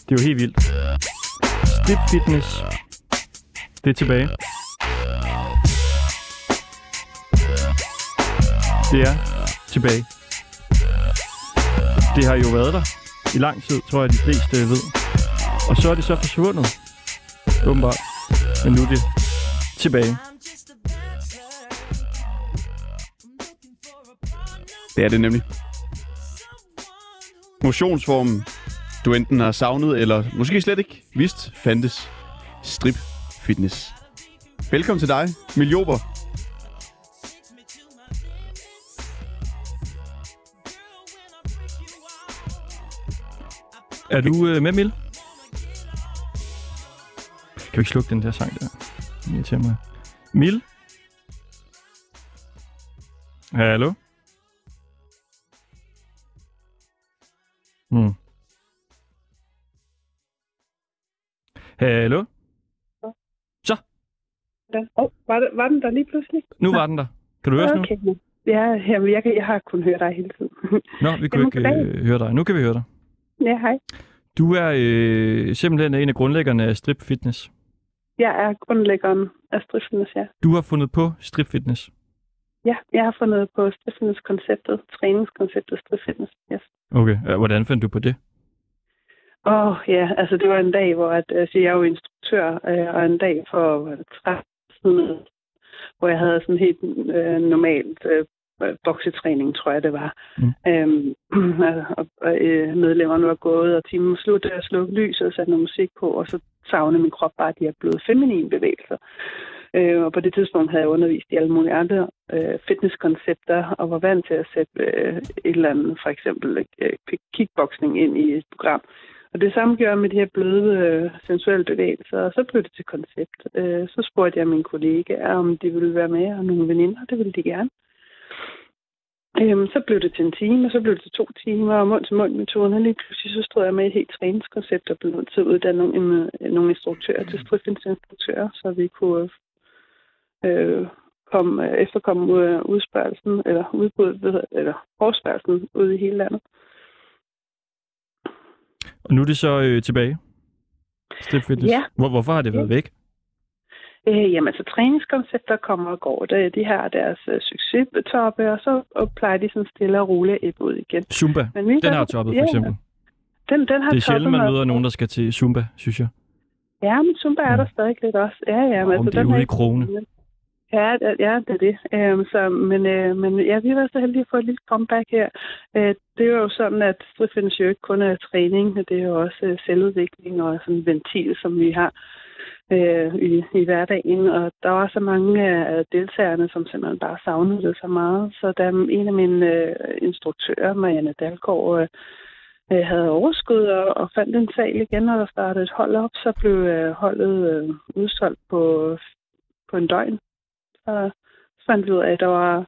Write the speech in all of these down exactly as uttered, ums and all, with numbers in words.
Det er jo helt vildt. Strip Fitness. Det er tilbage. Det er tilbage. Det har jo været der i lang tid, tror jeg, de fleste ved. Og så er det så forsvundet. Åbenbart. Men nu er det tilbage. Det er det nemlig. Motionsformen, du enten har savnet, eller måske slet ikke vidst, fandtes Strip Fitness. Velkommen til dig, Mil Jober. Er du øh, med, Mil? Kan vi ikke slukke den der sang der? Det irriterer mig. Mil? Hallo? Hmm. Hallo? Så. Ja. Oh, var, det, var den der lige pludselig? Nu var den der. Kan du høre os okay. nu? Ja, jeg, jeg, jeg har kun hørt dig hele tiden. Nå, vi kunne ikke øh, høre dig. Nu kan vi høre dig. Ja, hej. Du er øh, simpelthen en af grundlæggerne af Strip Fitness. Jeg er grundlæggeren af Strip Fitness, ja. Du har fundet på Strip Fitness? Ja, jeg har fundet på Strip Fitness-konceptet, træningskonceptet Strip Fitness, yes. Okay, hvordan fandt du på det? Åh, oh, ja, altså det var en dag, hvor at, altså, jeg er jo instruktør, øh, og en dag for tretten siden, hvor jeg havde sådan helt øh, normalt øh, boksetræning, tror jeg det var. Mm. Øhm, og, og øh, medlemmerne var gået, og timen var slut, og jeg slukkede lyset og satte noget musik på, og så savnede min krop bare de her bløde feminine bevægelser. Øh, og på det tidspunkt havde jeg undervist i alle mulige andre øh, fitnesskoncepter, og var vant til at sætte øh, et eller andet, for eksempel øh, kickboxing ind i et program. Og det samme gjorde jeg med de her bløde øh, sensuelle bevægelser, og så blev det til koncept. Øh, så spurgte jeg mine kollegaer, om de ville være med, og nogle veninder, det ville de gerne. Øhm, så blev det til en time, og så blev det til to timer, og mund-til-mund-metoden, og lige pludselig så stod jeg med et helt træningskoncept, og blev nødt til at uddanne nogle, nogle instruktører til Strip Fitness-instruktører, så vi kunne øh, komme, efterkomme udspørgelsen, eller udbuddet, eller forspørgelsen ude i hele landet. Og nu er det så øh, tilbage? Strip Fitness? Ja. Hvor, hvorfor har det været ja. væk? Øh, jamen, så træningskoncepter kommer og går. De, de har deres uh, succestoppe, og så og plejer de sådan stille og roligt at ud igen. Zumba, Men den har toppet for eksempel. Ja, den, den har det er sjældent, man møder og... nogen, der skal til Zumba, synes jeg. Ja, men Zumba er der ja. stadig lidt også. Ja, ja. Men, Om altså, det er den ude i krogene. Ja, ja, det er det. Um, så, men, uh, men ja, vi har været så heldige at få et lille comeback her. Uh, det er jo sådan, at Strip Fitness jo ikke kun er træning, men det er jo også uh, selvudvikling og sådan en ventil, som vi har øh, i, i hverdagen. Og der var så mange af deltagerne, som simpelthen bare savnede det så meget. Så da en af mine øh, instruktører, Marianne Dalgaard, øh, havde overskud og, og fandt en sal igen, og der startede et hold op, så blev øh, holdet øh, udsolgt på, på en døgn. Så fandt vi ud af, at der var,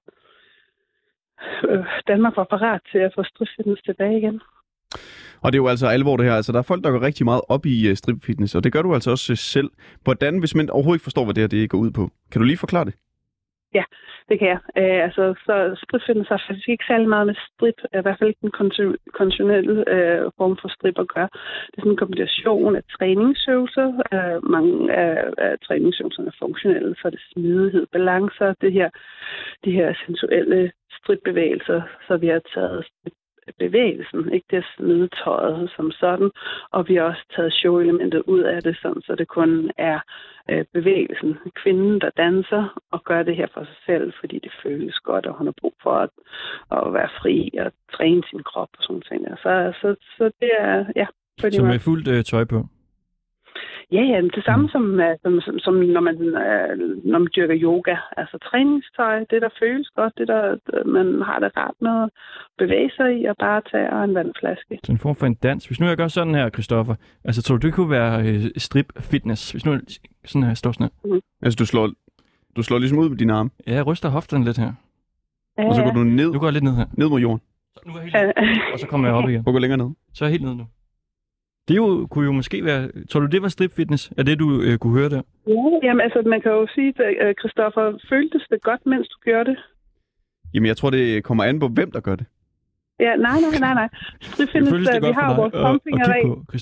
øh, Danmark var parat til at få Strip Fitness tilbage igen. Og det er jo altså alvor det her. Altså, der er folk, der går rigtig meget op i uh, Strip Fitness, og det gør du altså også uh, selv. Hvordan, hvis man overhovedet ikke forstår, hvad det her det går ud på? Kan du lige forklare det? Ja, det kan jeg. Æ, altså, så Strip Fitness har faktisk ikke særlig meget med strip, i hvert fald ikke den konventionelle øh, form for strip at gøre. Det er sådan en kombination af træningsøvelser. Øh, mange af, af træningsøvelserne er funktionelle, så er det smidighed, balancer, det her, de her sensuelle stripbevægelser, så vi har taget bevægelsen, ikke det smide tøjet som sådan, og vi har også taget show-elementet ud af det, sådan, så det kun er øh, bevægelsen, kvinden, der danser og gør det her for sig selv, fordi det føles godt, og hun har brug for at, at være fri og træne sin krop og sådan ting. Så, så, så det er, ja. Så med fuldt øh, tøj på? Ja, ja, det samme som, som, som, som når, man, når man dyrker yoga. Altså træningstøj, det der føles godt, det der man har det rart med at bevæge sig i og bare tage en vandflaske. Så en form for en dans. Hvis nu jeg gør sådan her, Christoffer, altså tror du, det kunne være øh, strip fitness? Hvis nu sådan her står sådan her. Mm. Altså du slår, du slår ligesom ud med dine arme? Ja, jeg ryster hofterne lidt her. Ja. Og så går du ned? Nu går jeg lidt ned her. Ned mod jorden? Så nu er jeg helt ned. Og så kommer jeg op igen. Hvor går længere ned? Så er jeg helt ned nu. Det jo, kunne jo måske være... Tror du, det var strip fitness? Er det, du øh, kunne høre der? Ja, jamen altså, man kan jo sige, at Christoffer, føltes det godt, mens du gjorde det? Jamen, jeg tror, det kommer an på, hvem der gør det. Ja, nej, nej, nej, nej. Strip fitness, det vi har vores pumping og, og array. på, Christoffer.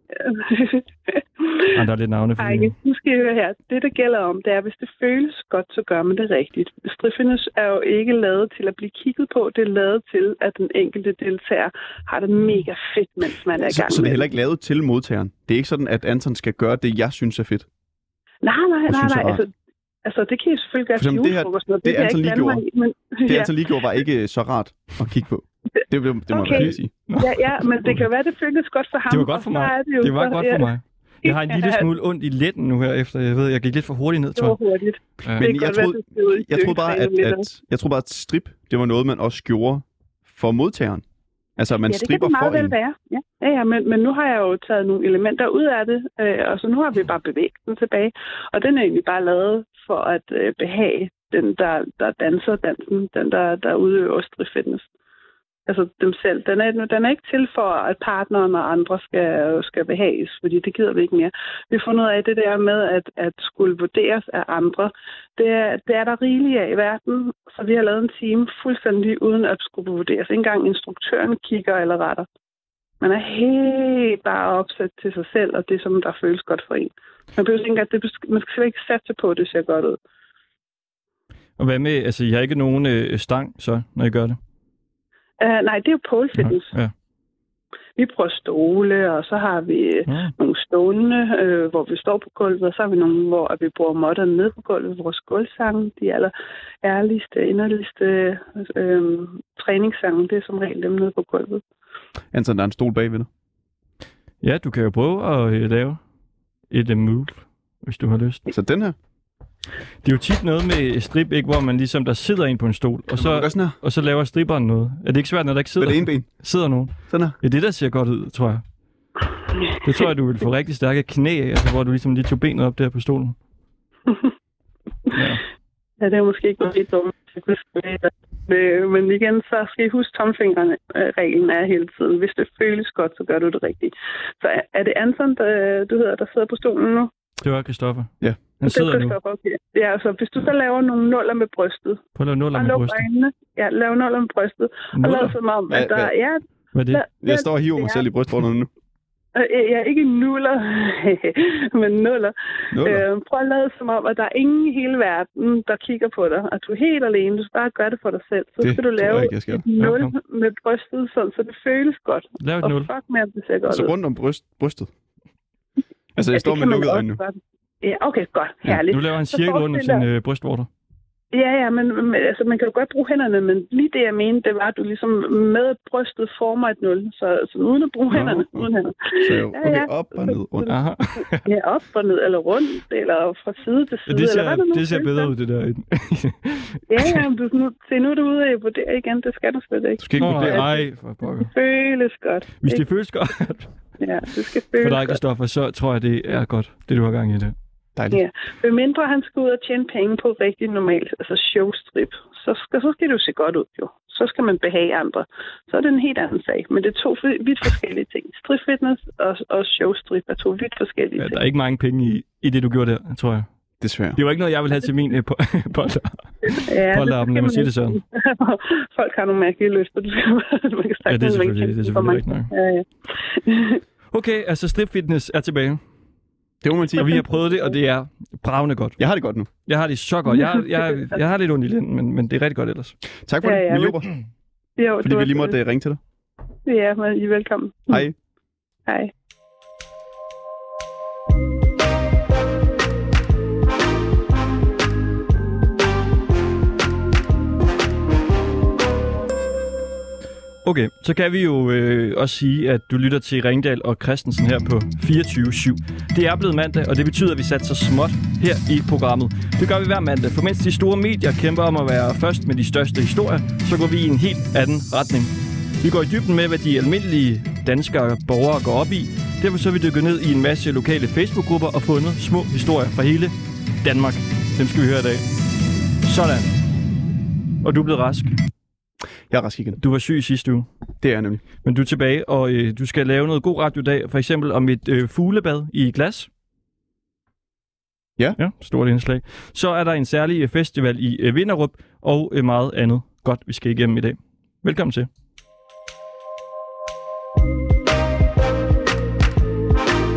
Ah, der er lidt navne for Ej, det. nu skal I høre her. Det, der gælder om, det er, hvis det føles godt, så gør man det rigtigt. Stripfitness er jo ikke lavet til at blive kigget på. Det er lavet til, at den enkelte deltager har det mega fedt, mens man er i Så, gang så det er med heller ikke lavet til modtageren? Det er ikke sådan, at Anton skal gøre det, jeg synes er fedt? Nej, nej, Og nej, synes er nej. rart. Altså, altså, det kan I selvfølgelig gøre For eksempel til det her- julefrokosten, og det kan jeg Anton ikke lige blande mig gjorde. i, men, Det ja. Anton lige gjorde var ikke så rart at kigge på. Det, det, det må Okay. man virkelig sige. Ja, ja, men det kan jo være, det føles godt for ham. Det var godt og for så mig. er Det, jo Det var så- godt ja, for mig. Jeg har en lille Ja. smule ondt i letten nu her, efter jeg ved, jeg gik lidt for hurtigt ned, Det tror var jeg. hurtigt. Ja. Det Men kan jeg godt være, troede, det skal ud i jeg troede bare, at, styrketræning lidt. at, jeg troede bare, at strip, det var noget, man også gjorde for modtageren. Altså, man Ja, det kan stripper det for meget vel en. være. Ja, ja, ja men, men nu har jeg jo taget nogle elementer ud af det, øh, og så nu har vi bare bevæget den tilbage. Og den er egentlig bare lavet for at øh, behage den, der, der danser dansen, den, der, der udøver stripfitness. Altså dem selv. Den er, den er ikke til for, at partneren og andre skal, skal behages, fordi det gider vi ikke mere. Vi har fundet ud af det der med, at, at skulle vurderes af andre. Det er, det er der rigeligt af i verden, så vi har lavet en time fuldstændig uden at skulle vurderes. Ikke engang instruktøren kigger eller retter. Man er helt bare opsat til sig selv, og det som der føles godt for en. Man, behøver ikke, at det, man skal slet ikke satse på, at det ser godt ud. Og hvad med, altså, I har ikke nogen øh, stang, så, når I gør det? Uh, nej, det er jo pole fitness. Ja. Vi prøver stole, og så har vi Ja. nogle stående, øh, hvor vi står på gulvet, og så har vi nogle, hvor vi bruger måtterne ned på gulvet. Vores gulvsange, de aller ærligste, inderligste øh, træningssange, det er som regel dem nede på gulvet. Anton, der er en stol bagved dig. Ja, du kan jo prøve at øh, lave et uh, move, hvis du har lyst. Så den her. Det er jo tit noget med strip, ikke, hvor man ligesom, der sidder en på en stol, og Så... så, Gør sådan her. og så laver stripperen noget. Er det ikke svært, når der ikke Med sidder, det ene ben. sidder nogen? Sådan her. Ja, det der ser godt ud, tror jeg. Det tror jeg, du vil få rigtig stærke knæ af, altså, hvor du ligesom lige tog benet op der på stolen. Ja. Ja, det er måske ikke noget dumt. Øh, Men igen, så skal I huske, tomfingerreglen er hele tiden. Hvis det føles godt, så gør du det rigtigt. Så er- er det Anton, der, du hedder, der sidder på stolen nu? Det var Christoffer. Ja. Han sidder Det nu. er Christoffer, okay. Ja, altså hvis du så laver nogle nuller med brystet, Prøv at lave nuller og med luk brystet. øjnene, ja, lav nuller med brystet, og Nuller? lad som om, Hvad- at der hvad- ja, Hvad er det? der- Jeg står og hiver mig ja. selv i brystvorterne nu. Øh, Ja, ikke nuller, men nuller. Nuller. Øh, prøv at lade som om, at der er ingen i hele verden, der kigger på dig. At du er helt alene. Du skal bare gøre det for dig selv. Så Det skal du tror lave jeg ikke, jeg skal. et nul Ja, kom. med brystet, sådan, så det føles godt. Lav et Og nul. fuck med, at det ser godt Så ud. rundt om bryst, brystet. Altså, jeg Ja, står det med kan man lukkede også øjne nu. godt. Ja, okay, godt. Ja, Herligt. Nu laver han en Så cirkel rundt om forestil sine dig- øh, brystvorter. Ja, ja, men, men altså, man kan jo godt bruge hænderne, men lige det, jeg mente, det var, at du ligesom med brystet former et nul. Så, så uden at bruge Nå, hænderne. nå. Uden hænder. Så jo, Ja, okay, ja. op og ned, rundt. Aha. Ja, op og ned, eller rundt, eller fra side til Ja, side. det eller ser, hvad der nu det ser føles bedre som. ud, det der. Ja, ja, men du, nu, se, nu er du ude af at vurdere igen. Det skal du slet ikke. Du skal ikke Nå, vurdere. nej, for pokker. Det føles godt. Hvis det ikke? føles godt Ja, det skal føles for dig, godt. Christoffer, så tror jeg, det er godt, det du har gang i det. Dejligt. Ja. Hvem mindre han skal ud og tjene penge på rigtig normalt, altså showstrip, så skal, så skal det jo se godt ud, jo. Så skal man behage andre. Så er det en helt anden sag. Men det er to vidt forskellige ting. Strip-fitness og, og showstrip er to vidt forskellige Ja, ting. der er ikke mange penge i, i det, du gjorde der, tror jeg. Desværre. Det var ikke noget, jeg ville have til min øh, på- polter. Ja, Polterappen, lad mig sige det sådan. Folk har nogle mærkelige lyster. Du skal, man kan Ja, det er selvfølgelig, det er selvfølgelig rigtigt nok. Ja, ja. Okay, altså strip fitness er tilbage, Det må man sige. og vi har prøvet det, og det er bravende godt. Jeg har det godt nu. Jeg har det så godt. Jeg, jeg, jeg har lidt ondt i lænden, men, men det er rigtig godt ellers. Tak for Ja, det, ja, Miljober. Jo, Fordi det var vi lige så måtte lidt. uh, ringe til dig. Ja, men I er velkommen. Hej. Hej. Okay, så kan vi jo øh, også sige, at du lytter til Ringdal og Christensen her på fireogtyve syv. Det er blevet mandag, og det betyder, at vi satser småt her i programmet. Det gør vi hver mandag, for mens de store medier kæmper om at være først med de største historier, så går vi i en helt anden retning. Vi går i dybden med, hvad de almindelige danskere og borgere går op i. Derfor så har vi dykket ned i en masse lokale Facebook-grupper og fundet små historier fra hele Danmark. Dem skal vi høre i dag. Sådan. Og du er blevet rask. Jeg er rask igen. Du var syg i sidste uge. Det er jeg nemlig. Men du er tilbage, og øh, du skal lave noget god radio i dag. For eksempel om et øh, fuglebad i glas. Ja. Ja, stort indslag. Så er der en særlig øh, festival i øh, Vinderup, og øh, meget andet godt, vi skal igennem i dag. Velkommen til.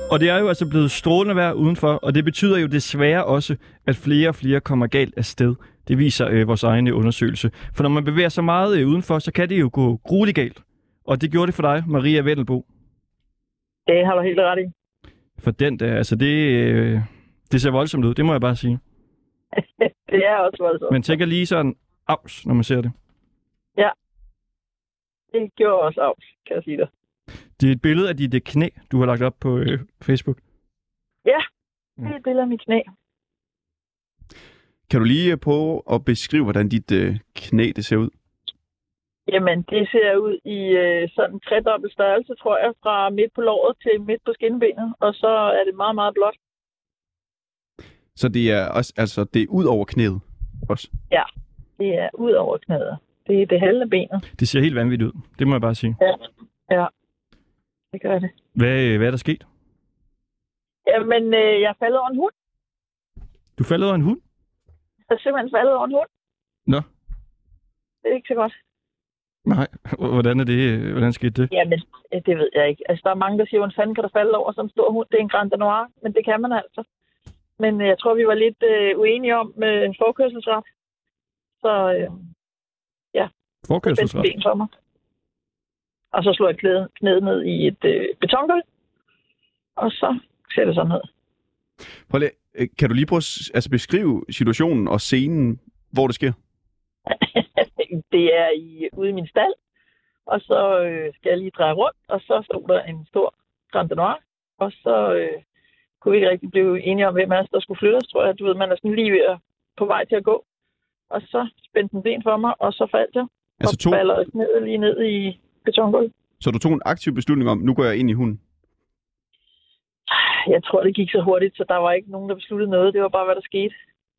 Og det er jo altså blevet strålende vejr udenfor, og det betyder jo desværre også, at flere og flere kommer galt afsted. Det viser øh, vores egen undersøgelse. For når man bevæger sig meget øh, udenfor, så kan det jo gå grueligt galt. Og det gjorde det for dig, Maria Vendelbo. Det har du helt ret i. For den der, altså det, øh, det ser voldsomt ud, det må jeg bare sige. Det er også voldsomt. Man tænker lige sådan, avs, når man ser det. Ja, det gjorde også avs, kan jeg sige dig. Det er et billede af dit knæ, du har lagt op på øh, Facebook. Ja, det er et billede af mit knæ. Kan du lige prøve at beskrive, hvordan dit øh, knæ det ser ud? Jamen, det ser ud i øh, sådan en tredobbelt størrelse, tror jeg, fra midt på låret til midt på skinbenet, og så er det meget, meget blåt. Så det er også, altså det er ud over knæet også? Ja, det er ud over knæet. Det er det halve af benet. Det ser helt vanvittigt ud, det må jeg bare sige. Ja, ja. Det gør det. Hvad, hvad er der sket? Jamen, øh, jeg faldet over en hund. Du faldet over en hund? Jeg er simpelthen faldet over en hund. Nå. Det er ikke så godt. Nej, hvordan er det? Hvordan skete det? Jamen, det ved jeg ikke. Altså, der er mange, der siger, hvordan fanden kan der falde over som stor hund? Det er en Grand Danois, men det kan man altså. Men jeg tror, vi var lidt øh, uenige om med en forkørselsret. Så øh, ja. Forkørselsret? Ben for mig. Og så slog jeg knæet, knæet ned i et øh, betongulv. Og så ser det sådan ud. Prøv lige, kan du lige prøve at altså beskrive situationen og scenen, hvor det sker? Det er i, ude i min stald. Og så øh, skal jeg lige dreje rundt. Og så stod der en stor Grand Danois. Og så øh, kunne vi ikke rigtig blive enige om, hvem af os, der skulle flyttes, tror jeg. Du ved, man er sådan lige ved at, på vej til at gå. Og så spændte den ben for mig, og så faldt jeg. Altså og to... falder ned, lige ned i betongulvet. Så du tog en aktiv beslutning om, nu går jeg ind i hunden? Jeg tror, det gik så hurtigt, så der var ikke nogen, der besluttede noget. Det var bare, hvad der skete.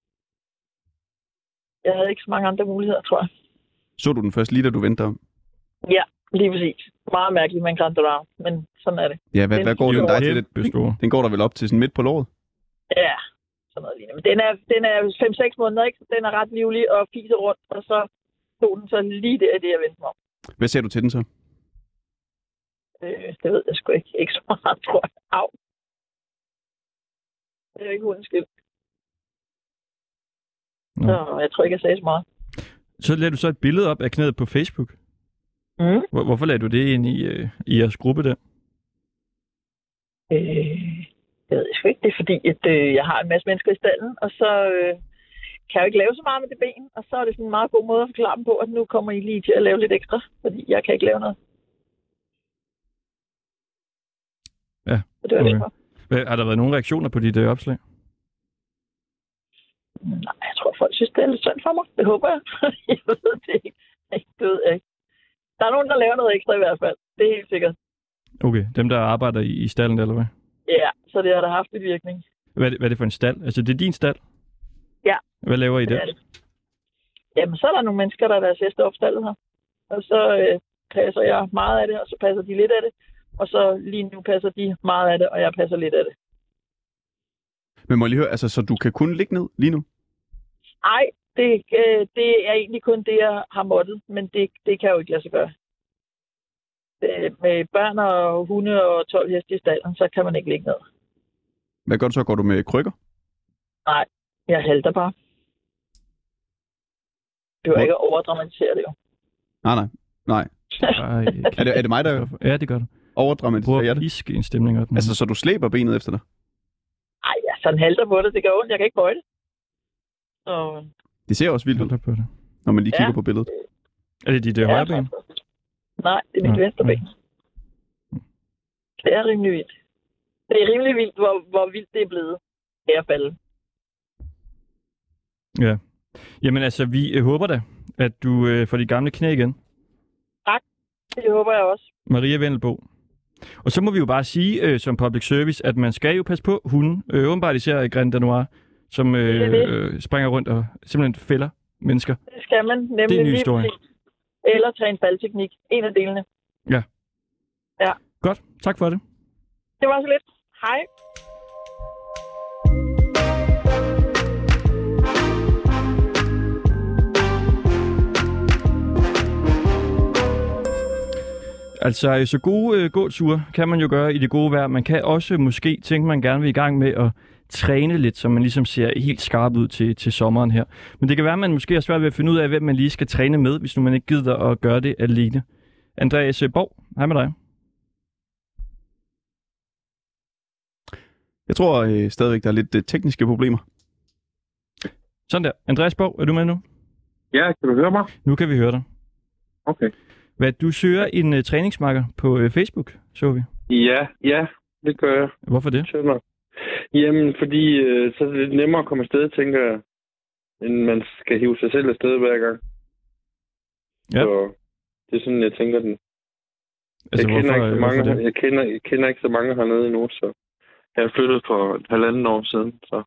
Jeg havde ikke så mange andre muligheder, tror jeg. Så du den først lige, da du vendte om? Ja, lige præcis. Meget mærkeligt med en Grand Danois, men sådan er det. Ja, hvad, hvad går den dig til det? Består. Den går der vel op til sådan midt på låret? Ja, sådan noget lignende. Men den er, den er fem seks måneder, ikke? Den er ret livlig og fiser rundt, og så stod den så lige der, det jeg vendte mig om. Hvad sagde du til den så? Øh, det ved jeg sgu ikke. Ikke så meget, tror jeg. Au. Det er ikke hundens skyld. Så jeg tror ikke, jeg sagde så meget. Så lagde du så et billede op af knæet på Facebook. Mm. Hvor, hvorfor lagde du det ind i, øh, i jeres gruppe der? Øh, det ved jeg sgu ikke. Det er fordi, at øh, jeg har en masse mennesker i stallen, og så øh, kan jeg jo ikke lave så meget med det ben. Og så er det sådan en meget god måde at forklare dem på, at nu kommer I lige til at lave lidt ekstra, fordi jeg kan ikke lave noget. Ja, så det var okay. derfor. Hvad, har der været nogle reaktioner på dit øh, opslag? Nej, jeg tror, folk synes, det er lidt synd for mig. Det håber jeg. Jeg ved det ikke. Det ved jeg ikke. Der er nogen, der laver noget ekstra i hvert fald. Det er helt sikkert. Okay, dem der arbejder i, i stallen, eller hvad? Ja, så det har da haft en virkning. Hvad er, det, hvad er det for en stald? Altså, det er din stald? Ja. Hvad laver I det? der? Det. Jamen, så er der nogle mennesker, der er deres heste opstallet her. Og så øh, passer jeg meget af det, og så passer de lidt af det. Og så lige nu passer de meget af det, og jeg passer lidt af det. Men må jeg lige høre, altså, så du kan kun ligge ned lige nu? Nej, det, øh, det er egentlig kun det, jeg har måttet, men det, det kan jeg jo ikke lade sig gøre. Det, med børn og hunde og tolv heste i stallen, så kan man ikke ligge ned. Hvad gør du så? Går du med krykker? Nej, jeg halter bare. Du er ikke at overdramatisere det jo. Nej, nej. Nej. Ej, er, det, er det mig, der ja, det gør du. overdramatiserer jeg det? Piske en stemning op. Altså, så du slæber benet efter dig? Nej, jeg sådan halter på det. Det gør ondt. Jeg kan ikke bøje det. Så... Det ser også vildt ud, på det. når man lige kigger ja. på billedet. Er det dit ja, højre ben? Nej, det er mit ja, venstre ben. Ja. Det er rimelig vildt. Det er rimelig vildt, hvor, hvor vildt det er blevet af at falde. Ja. Jamen altså, vi øh, håber da, at du øh, får de gamle knæ igen. Tak. Det håber jeg også. Maria Vendelbo. Og så må vi jo bare sige øh, som public service, at man skal jo passe på hunden. Øh, åbenbart især Grand Danois, som øh, øh, springer rundt og simpelthen fælder mennesker. Det skal man nemlig. Det er en ny historie. Eller træne faldteknik. En af delene. Ja. Ja. Godt. Tak for det. Det var så lidt. Hej. Altså, så gode øh, gåture kan man jo gøre i det gode vejr. Man kan også måske tænke, man gerne vil i gang med at træne lidt, så man ligesom ser helt skarp ud til, til sommeren her. Men det kan være, at man måske har svært ved at finde ud af, hvem man lige skal træne med, hvis nu man ikke gider at gøre det alene. Andreas Borg, hej med dig. Jeg tror øh, stadigvæk, der er lidt øh, tekniske problemer. Sådan der. Andreas Borg, er du med nu? Ja, kan du høre mig? Nu kan vi høre dig. Okay. Hvad, du søger en uh, træningsmarker på uh, Facebook, så vi. Ja, ja, det gør jeg. Hvorfor det? Tønder. Jamen, fordi øh, så er det lidt nemmere at komme afsted, tænker jeg, end man skal hive sig selv afsted hver gang. Ja. Så det er sådan, jeg tænker den. Altså, jeg, kender hvorfor, ikke så mange, hvorfor det? jeg, kender, jeg kender ikke så mange hernede endnu, så jeg er flyttet for et halvanden år siden, så...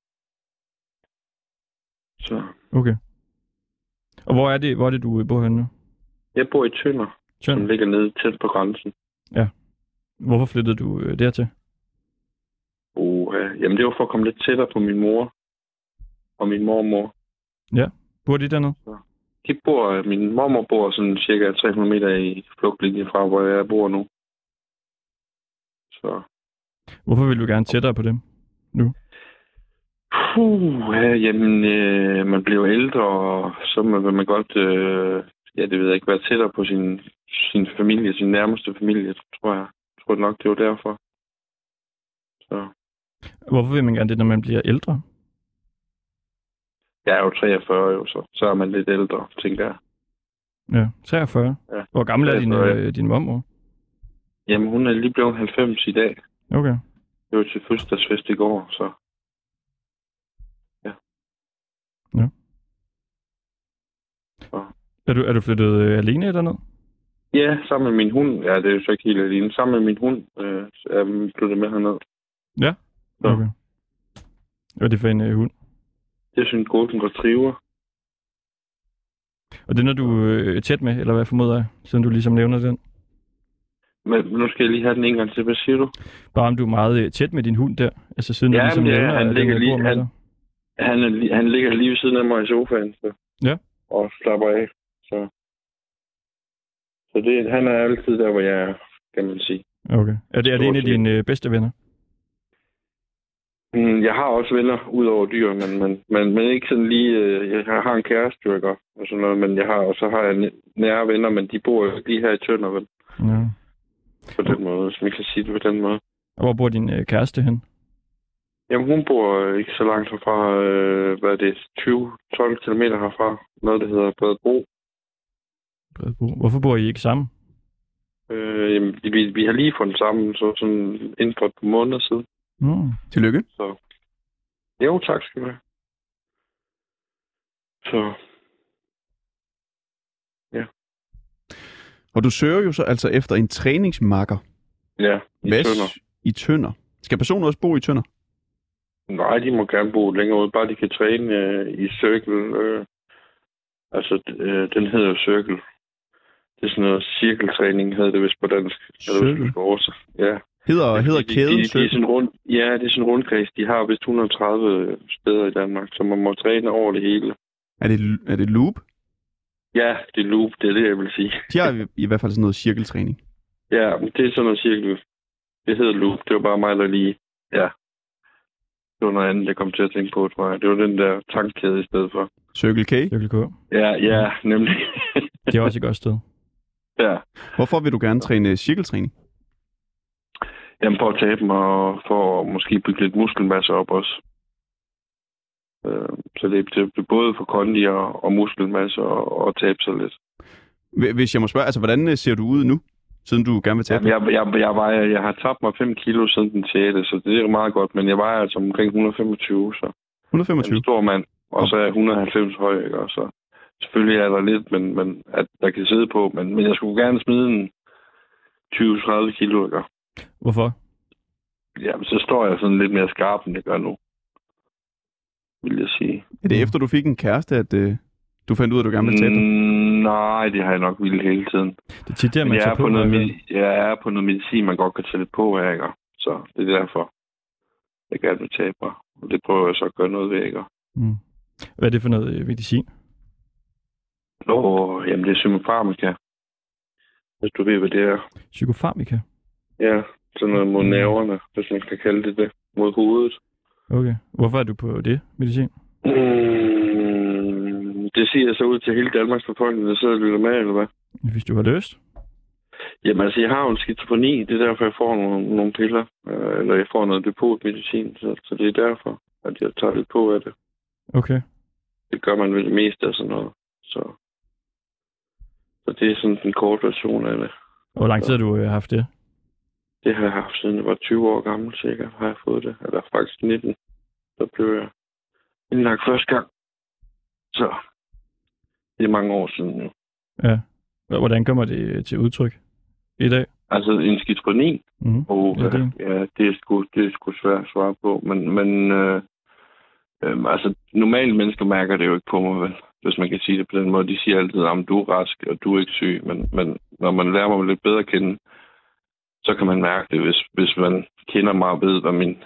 så. Okay. Og hvor er det, hvor er det du bor henne nu? Jeg bor i Tønder, Tønder. som ligger nede tæt på grænsen. Ja. Hvorfor flyttede du øh, dertil? Uh, ja. Jamen, det var for at komme lidt tættere på min mor og min mormor. Ja. Bor de dernede? De bor, min mormor bor sådan cirka tre hundrede meter i flugtlinje fra, hvor jeg bor nu. Så. Hvorfor vil du gerne tættere på dem nu? Puh, ja, jamen, øh, man bliver ældre, og så vil man godt, øh, ja, det ved jeg ikke, være tættere på sin, sin familie, sin nærmeste familie, tror jeg. Jeg tror nok, det var derfor. Så. Hvorfor vil man gerne det, når man bliver ældre? Jeg er jo treogfyrre, jo, så, så er man lidt ældre, tænker jeg. Ja, treogfyrre. Ja. Hvor gammel er din, treogfyrre, ja. øh, din mormor? Jamen, hun er lige blevet halvfems i dag. Okay. Det var til fødselsdagsfest i går, så... Ja. Ja. Så. Er du, er du flyttet øh, alene derned? Ja, sammen med min hund. Ja, det er jo så ikke helt alene. Sammen med min hund øh, er vi flyttet med herned. Ja? Okay. Hvad er det for en øh, hund? Det er sådan en golden retriever. Og den er du øh, tæt med, eller hvad formoder jeg, siden du ligesom nævner den? Men nu skal jeg lige have den en gang til. Hvad siger du? Bare om du er meget øh, tæt med din hund der, altså siden Ja, du ligesom men det er- nævner, han at ligger den lige- bor med han- dig. Han, er, li- han ligger lige ved siden af mig i sofaen. Så. Ja. Og slapper af. Så, så det, han er altid der, hvor jeg er, kan man sige. Okay. Er det, er det en af Stort set. dine øh, bedste venner? Mm, Jeg har også venner ud over dyr, men, men, men, men ikke sådan lige... Øh, jeg har har en kæreste, jo, ikke? Og sådan noget, men jeg har, og så har jeg næ- nære venner, men de bor jo lige her i Tønder, vel? Ja. På den måde, som jeg kan sige det på den måde. Og hvor bor din øh, kæreste hen? Jamen, hun bor øh, ikke så langt herfra, øh, hvad er det, tyve til tolv kilometer herfra. Noget, der hedder Bredebro. Bredebro. Hvorfor bor I ikke sammen? Øh, jamen, vi, vi har lige fundet sammen, så sådan inden for et par måneder siden. Mm. Tillykke. Så. Jo, tak skal du have. Så. Og du søger jo så altså efter en træningsmarker. Ja, i Hvad Tønder. i Tønder? Skal personen også bo i Tønder? Nej, de må gerne bo længere ude. Bare de kan træne øh, i Circle. Øh, altså, øh, den hedder jo Circle. Det er sådan noget cirkeltræning, hedder det vist på dansk. Circle? Også. Ja. Hedder, hedder de, kæden de, de, de er Circle? sådan rund, ja, det er sådan en rundkreds. De har vist et hundrede og tredive steder i Danmark, så man må træne over det hele. Er det, er det Loop? Ja, det er loop, det er det, jeg vil sige. De har i, i hvert fald sådan noget cirkeltræning. Ja, men det er sådan noget cirkel. Det hedder loop. Det var bare mig, der lige... Ja. Det var noget andet, jeg kom til at tænke på, tror jeg. Det var den der tankkæde i stedet for. Circle K? Cirkel K. Ja, ja, nemlig. Det er også et godt sted. Ja. Hvorfor vil du gerne træne cirkeltræning? Jamen, for at tabe mig, og for at måske bygge lidt muskelmasse op også. Øh, Så det, det er både for kondi og, og muskelmasse og, og tabe sig lidt. Hv- Hvis jeg må spørge, altså hvordan øh, ser du ud nu, siden du gerne vil tabe Jamen, jeg, jeg, jeg, vejer, jeg har tabt mig fem kilo siden den sjette, så det er meget godt, men jeg vejer altså omkring et hundrede og femogtyve, så et hundrede og femogtyve? en stor mand, og så er jeg et hundrede og halvfems høj, ikke? Og så selvfølgelig er der lidt, men, men at der kan sidde på, men, men jeg skulle gerne smide en tyve til tredive kilo, ikke? Hvorfor? Jamen, så står jeg sådan lidt mere skarp, end jeg gør nu, vil jeg sige. Er det efter du fik en kæreste, at øh, du fandt ud af, at du gerne ville tabe dig? Mm, nej, det har jeg nok ville hele tiden. Det er tit der, Men man jeg tager er, på. på noget, noget med, jeg er på noget medicin, man godt kan tage lidt på, ikke? Så det er derfor, jeg gerne vil tabe mig. Og det prøver jeg så at gøre noget ved, ikke? Mm. Hvad er det for noget øh, medicin? Og jamen, det er symofarmaka. Hvis du ved, hvad det er. Psykofarmika? Ja, sådan noget mod nerverne, hvis man kan kalde det det. Mod hovedet. Okay. Hvorfor er du på det medicin? Mm, det siger jeg så ud til hele Danmarks befolkning, der sidder og lytter med, eller hvad? Hvis du har lyst. Jamen altså, jeg har jo en skizofreni. Det er derfor, jeg får nogle, nogle piller. Øh, eller jeg får noget depotmedicin. Så, så det er derfor, at jeg tager lidt på af det. Okay. Det gør man ved det meste af sådan noget. Så, så det er sådan en kort version af det. Hvor lang tid har du øh, haft det? Det har jeg haft siden jeg var tyve år gammel, cirka, har jeg fået det. Eller faktisk nitten. Så blev jeg indlagt første gang. Så det er mange år siden nu. Ja. Hvordan kommer det til udtryk i dag? Altså en skizofreni? Mm-hmm. Oh, ja, det. ja, det er sgu, det er sgu svært at svare på. Men, men øh, øh, altså, normale mennesker mærker det jo ikke på mig, vel? Hvis man kan sige det på den måde. De siger altid, at du er rask, og du er ikke syg. Men, men når man lærer mig lidt bedre at kende, så kan man mærke det, hvis, hvis man kender mig og ved, hvad min,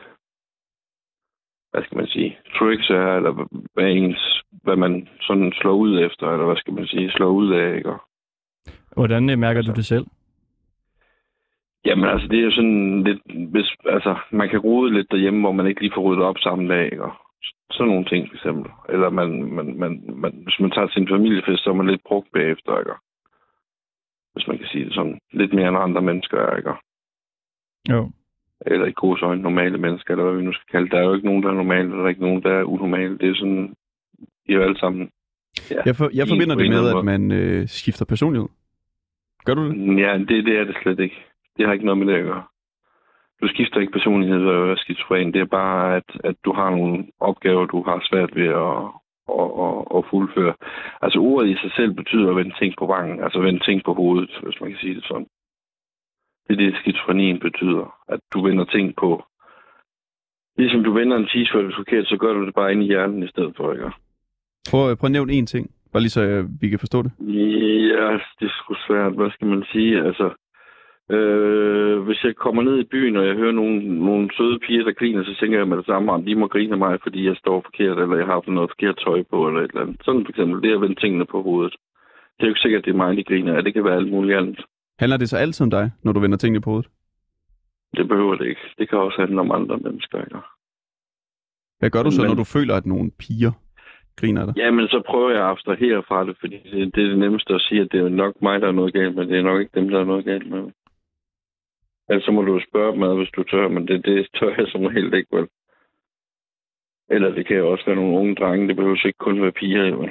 hvad skal man sige, tricks er, eller hvad, ens, hvad man sådan slår ud efter, eller hvad skal man sige, slår ud af, ikke? Hvordan øh, mærker du det selv? Jamen altså, det er jo sådan lidt, hvis, altså, man kan rode lidt derhjemme, hvor man ikke lige får ryddet op samme dag, ikke? Sådan nogle ting, for eksempel. Eller man, man, man, man, hvis man tager til en familiefest, så er man lidt brugt bagefter, ikke? Hvis man kan sige det sådan. Lidt mere end andre mennesker er, ikke? Jo. Eller i gode øjne normale mennesker, eller hvad vi nu skal kalde det. Der er jo ikke nogen, der er normale, der er ikke nogen, der er unormale. Det er sådan, de er jo alle sammen. Ja, jeg, for, jeg forbinder det med, at man øh, skifter personlighed. Gør du det? Ja, det, det er det slet ikke. Det har ikke noget med det at gøre. Du skifter ikke personlighed ved at være skizofren. Det er bare, at, at du har nogle opgaver, du har svært ved at, at, at, at fuldføre. Altså ordet i sig selv betyder at vende ting på vangen. Altså vende ting på hovedet, hvis man kan sige det sådan. Det er det, skizofrenien betyder. At du vender ting på. Ligesom du vender en t-shirt forkert, så gør du det bare ind i hjernen i stedet for, ikke? Prøv, prøv at nævne én ting. Bare lige så øh, vi kan forstå det. Ja, det er sgu svært. Hvad skal man sige? Altså, øh, hvis jeg kommer ned i byen, og jeg hører nogle, nogle søde piger, der griner, så tænker jeg med det samme, at de må grine af mig, fordi jeg står forkert, eller jeg har fået noget forkert tøj på, eller et eller andet. Sådan for eksempel, det er at vende tingene på hovedet. Det er jo ikke sikkert, at det er mig, de griner af. Det kan være alt muligt andet. Handler det så altid om dig, når du vender tingene på hovedet? Det behøver det ikke. Det kan også handle om andre mennesker, ikke? Hvad gør du så, Men, når du føler, at nogle piger griner af dig? Jamen, så prøver jeg at abstrahere fra det, fordi det, det er det nemmeste at sige, at det er nok mig, der er noget galt med. Det er nok ikke dem, der er noget galt med. Ellers så må du spørge dem ad, hvis du tør, men det, det tør jeg som helt ikke, vel? Eller det kan jo også være nogle unge drenge. Det behøver ikke kun være piger, vel?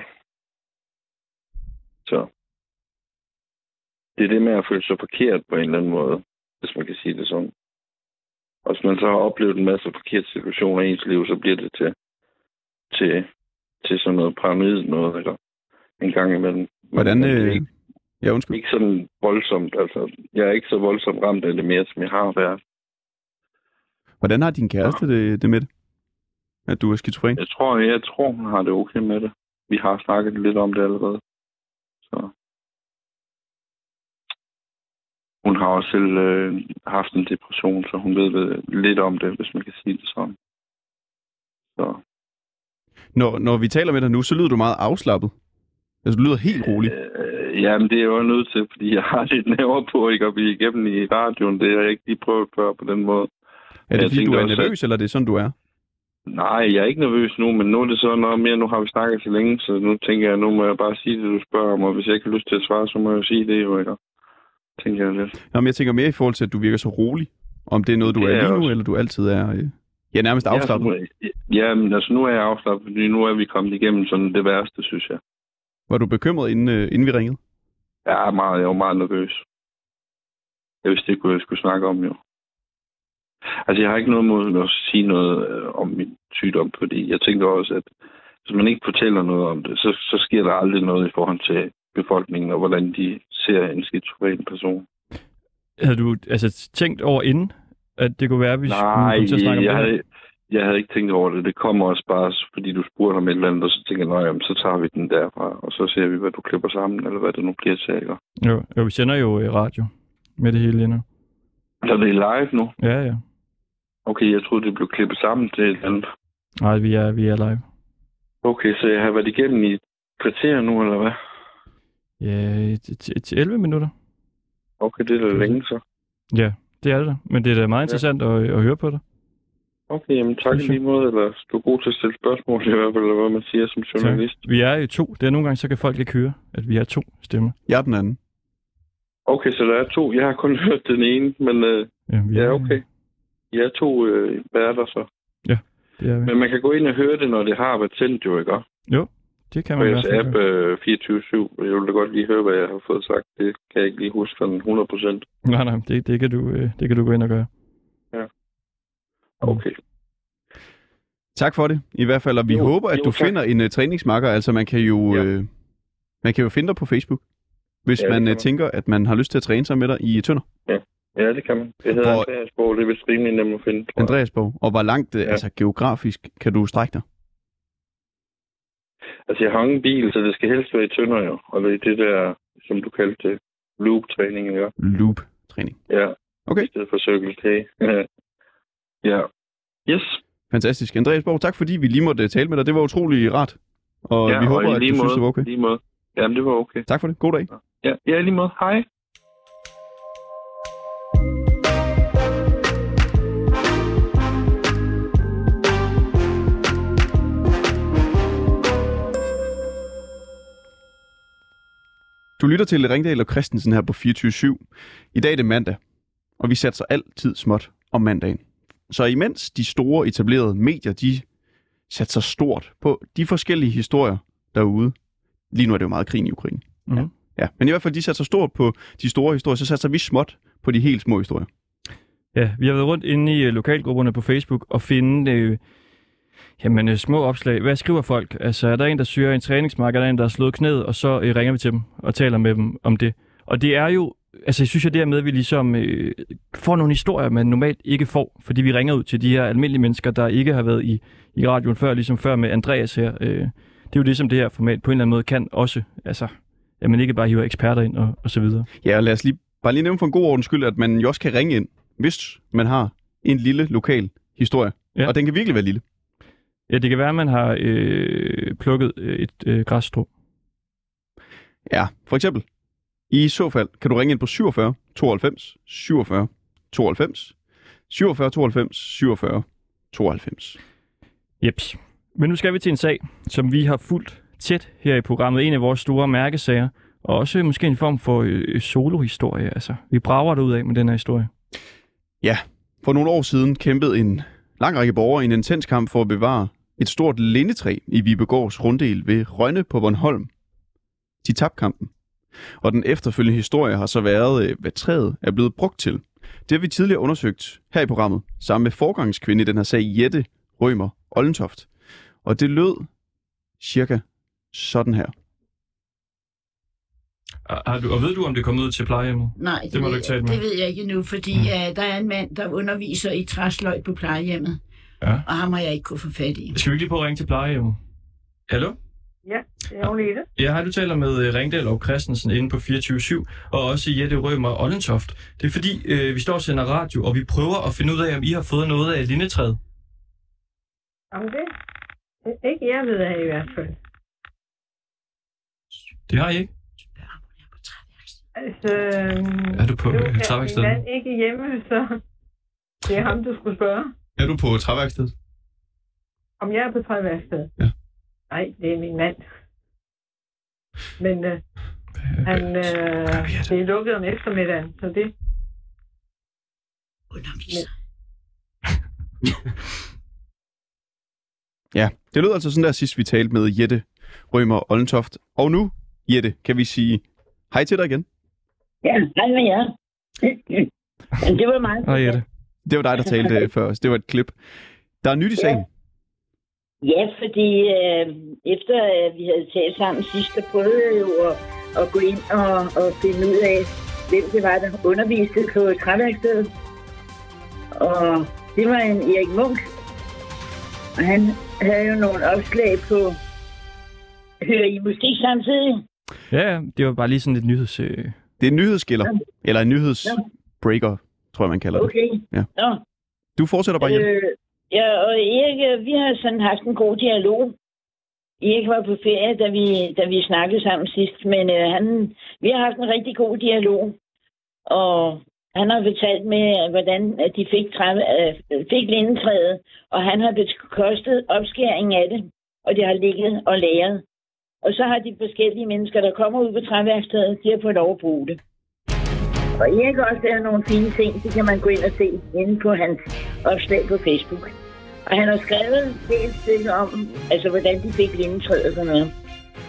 Så det er det med at føle sig forkert på en eller anden måde, hvis man kan sige det sådan. Og hvis man så har oplevet en masse forkerte situationer i ens liv, så bliver det til, til, til sådan noget paranoid noget, eller en gang imellem. Hvordan? Men, Øh... ikke, ja, undskyld. ikke sådan voldsomt, altså. Jeg er ikke så voldsomt ramt af det mere, som jeg har været. Hvordan har din kæreste ja. det, det med det? At du er skizofren? Jeg tror, jeg tror, hun har det okay med det. Vi har snakket lidt om det allerede. Så. Hun har også selv øh, haft en depression, så hun ved lidt om det, hvis man kan sige det sådan. Så. Når, når vi taler med dig nu, så lyder du meget afslappet. Altså, du lyder helt rolig. Øh, jamen, det er jo nødt til, fordi jeg har lidt nerver på ikke at blive igennem i radioen. Det har jeg ikke lige prøvet før på den måde. Er det, jeg fordi du er også, nervøs, at... eller er det sådan, du er? Nej, jeg er ikke nervøs nu, men nu er det så noget mere. Nu har vi snakket så længe, så nu tænker jeg, nu må jeg bare sige det, du spørger om. Og hvis jeg ikke har lyst til at svare, så må jeg jo sige det jo, ikke? Tænker jeg lidt. Nå, men jeg tænker mere i forhold til, at du virker så rolig. Om det er noget, du det er, er lige nu, også. Eller du altid er... Øh... Ja, nærmest afslappet. Ja, ja, men altså nu er jeg afslappet, fordi nu er vi kommet igennem sådan det værste, synes jeg. Var du bekymret, inden, øh, inden vi ringede? Ja, meget, jeg var meget nervøs. Jeg vidste ikke, hvad jeg skulle snakke om, jo. Altså, jeg har ikke noget mod at sige noget øh, om min sygdom, fordi jeg tænker også, at hvis man ikke fortæller noget om det, så, så sker der aldrig noget i forhold til befolkningen, og hvordan de ser en skizofren person. Havde du altså tænkt over inden, at det kunne være, hvis Nej, vi kunne til at snakke om jeg det? Havde, jeg havde ikke tænkt over det. Det kommer også bare, fordi du spurgte om et eller andet, og så tænker jeg, jamen, så tager vi den derfra, og så ser vi, hvad du klipper sammen, eller hvad det nu bliver til, ikke? Jo, jo, vi sender jo i radio med det hele endnu. Så det er live nu? Ja, ja. Okay, jeg troede, det blev klippet sammen til et eller andet. Nej, vi er, vi er live. Okay, så jeg har været igennem i et kvarter nu, eller hvad? Ja, til elleve minutter. Okay, det er da længe så. Ja, det er det da. Men det er da meget interessant ja. at, at høre på dig. Okay, jamen tak i lige måde, eller du er god til at stille spørgsmål, i hvert fald, eller hvad man siger som journalist. Så, vi er jo to. Det er nogle gange, så kan folk ikke høre, at vi er to stemmer. Jeg er den anden. Okay, så der er to. Jeg har kun hørt den ene, men øh, ja, vi er, ja, okay. Jeg er to øh, værter så. Ja, det er vi. Men man kan gå ind og høre det, når det har været sendt, jo, ikke? Jo, det kan man i hvert fald. På jeres app øh, fireogtyve syv. Jeg vil da godt lige høre, hvad jeg har fået sagt. Det kan jeg ikke lige huske sådan hundrede procent. Nej, nej, det, det, kan du, øh, det kan du gå ind og gøre. Ja. Okay. Tak for det, i hvert fald. Og vi jo, håber, at jo, du tak. finder en uh, træningsmarker. Altså, man kan jo ja. øh, man kan jo finde dig på Facebook, hvis ja, man, man tænker, at man har lyst til at træne sig med dig i Tønder. Ja, ja det kan man. Det hedder hvor... Andreasborg. Det er vist rimelig nemt at finde. Andreasborg. Og hvor langt, ja. altså geografisk, kan du strække dig? Altså, jeg har ingen bil, så det skal helst være i Tønder, jo. Og det er det der, som du kaldte det, loop-træning, ja. Loop-træning. Ja. Okay. I stedet for Circle K. Ja. Yes. Fantastisk. Andreasborg, tak fordi vi lige måtte tale med dig. Det var utrolig rart. Og ja, vi håber, og at du måde, synes, det var okay. Lige måde. Jamen, det var okay. Tak for det. God dag. Ja, ja lige måde. Hej. Du lytter til Ringdal og Christensen her på fireogtyve syv. I dag er det mandag, og vi satser altid småt om mandagen. Så imens de store etablerede medier, de satser stort på de forskellige historier derude. Lige nu er det jo meget krig i Ukraine. Mm-hmm. Ja. ja. Men i hvert fald, de satser stort på de store historier, så satser vi småt på de helt små historier. Ja, vi har været rundt inde i lokalgrupperne på Facebook og finde øh, jamen, øh, små opslag. Hvad skriver folk? Altså, er der en, der søger en træningsmark, er der en, der har slået knæet, og så øh, ringer vi til dem og taler med dem om det. Og det er jo, altså jeg synes jo dermed, at vi ligesom øh, får nogle historier, man normalt ikke får, fordi vi ringer ud til de her almindelige mennesker, der ikke har været i, i radioen før, ligesom før med Andreas her. Øh, det er jo det, som det her format på en eller anden måde kan også, altså, at man ikke bare hiver eksperter ind og, og så videre. Ja, og lad os lige, bare lige nævne for en god ordens skyld, at man jo også kan ringe ind, hvis man har en lille lokal historie. Ja. Og den kan virkelig være lille. Ja, det kan være, at man har øh, plukket et øh, græsstrå. Ja, for eksempel. I så fald kan du ringe ind på syvogfyrre tooghalvfems syvogfyrre tooghalvfems syvogfyrre tooghalvfems syvogfyrre tooghalvfems. Jeps. Men nu skal vi til en sag, som vi har fulgt tæt her i programmet. En af vores store mærkesager, og også måske en form for øh, solohistorie. Altså, vi brager det ud af med den her historie. Ja, for nogle år siden kæmpede en lang række borgere i en intens kamp for at bevare et stort lindetræ i Vibegårds runddel ved Rønne på Bornholm. De tabte kampen. Og den efterfølgende historie har så været, hvad træet er blevet brugt til. Det har vi tidligere undersøgt her i programmet, sammen med forgangskvinde i den her sag, Jette Rømer Ollentoft. Og det lød cirka sådan her. Har du, og ved du, om det er kommet ud til plejehjemmet? Nej, det, det, må ved, du ikke tale med. det ved jeg ikke endnu, fordi mm. uh, der er en mand, der underviser i træsløjd på plejehjemmet. Ja. Og ham har jeg ikke kunne få fat i. Skal vi lige prøve at ringe til plejehjemmet? Hallo? Ja, det er Agnete. Ja, hej, du taler med Ringdal og Christensen inde på fireogtyve syv, og også Jette Rømer Ollentoft. Det er fordi, øh, vi står og sender radio, og vi prøver at finde ud af, om I har fået noget af lindetræet. Jamen det, det er ikke jeg ved af i hvert fald. Det har I ikke? Altså, er du på øh, træværkstedet? Jeg er ikke hjemme, så det er ham, du skulle spørge. Er du på træværkstedet? Om jeg er på træværkstedet? Ja. Nej, det er min mand. Men øh, han, øh, det er lukket om eftermiddagen, så det... Underviser. Ja, det lød altså sådan der sidst, vi talte med Jette Rømer Ollentoft. Og nu, Jette, kan vi sige hej til dig igen. Ja, hej med jer. Det var meget. Hej, Jette. Det var dig, der talte før os. Det var et klip. Der er nyt i sagen. Ja, fordi øh, efter at vi havde talt sammen sidst, der prøvede jeg jo at, at gå ind og, og finde ud af, hvem det var, der underviste på træværkstedet. Og det var en Erik Munk. Og han havde jo nogle opslag på... Hører I musik samtidig? Ja, det var bare lige sådan et nyheds... Øh... Det er en nyhedsskiller. Ja. Eller en nyhedsbreaker, tror jeg, man kalder det. Okay. Ja. Nå. Du fortsætter bare, Jette. Øh, ja, og Erik, vi har sådan haft en god dialog. Erik var på ferie, da vi, da vi snakkede sammen sidst, men øh, han, vi har haft en rigtig god dialog. Og han har fortalt med, hvordan de fik, træ, fik lindetræet, og han har bekostet opskæringen af det, og det har ligget og lagret. Og så har de forskellige mennesker, der kommer ud på træværkstedet, de har fået lov at bruge det. Og Erik også der nogle fine ting, det kan man gå ind og se inde på hans opslag på Facebook. Og han har skrevet en del stykker om, altså hvordan de fik lindetræet og sådan noget.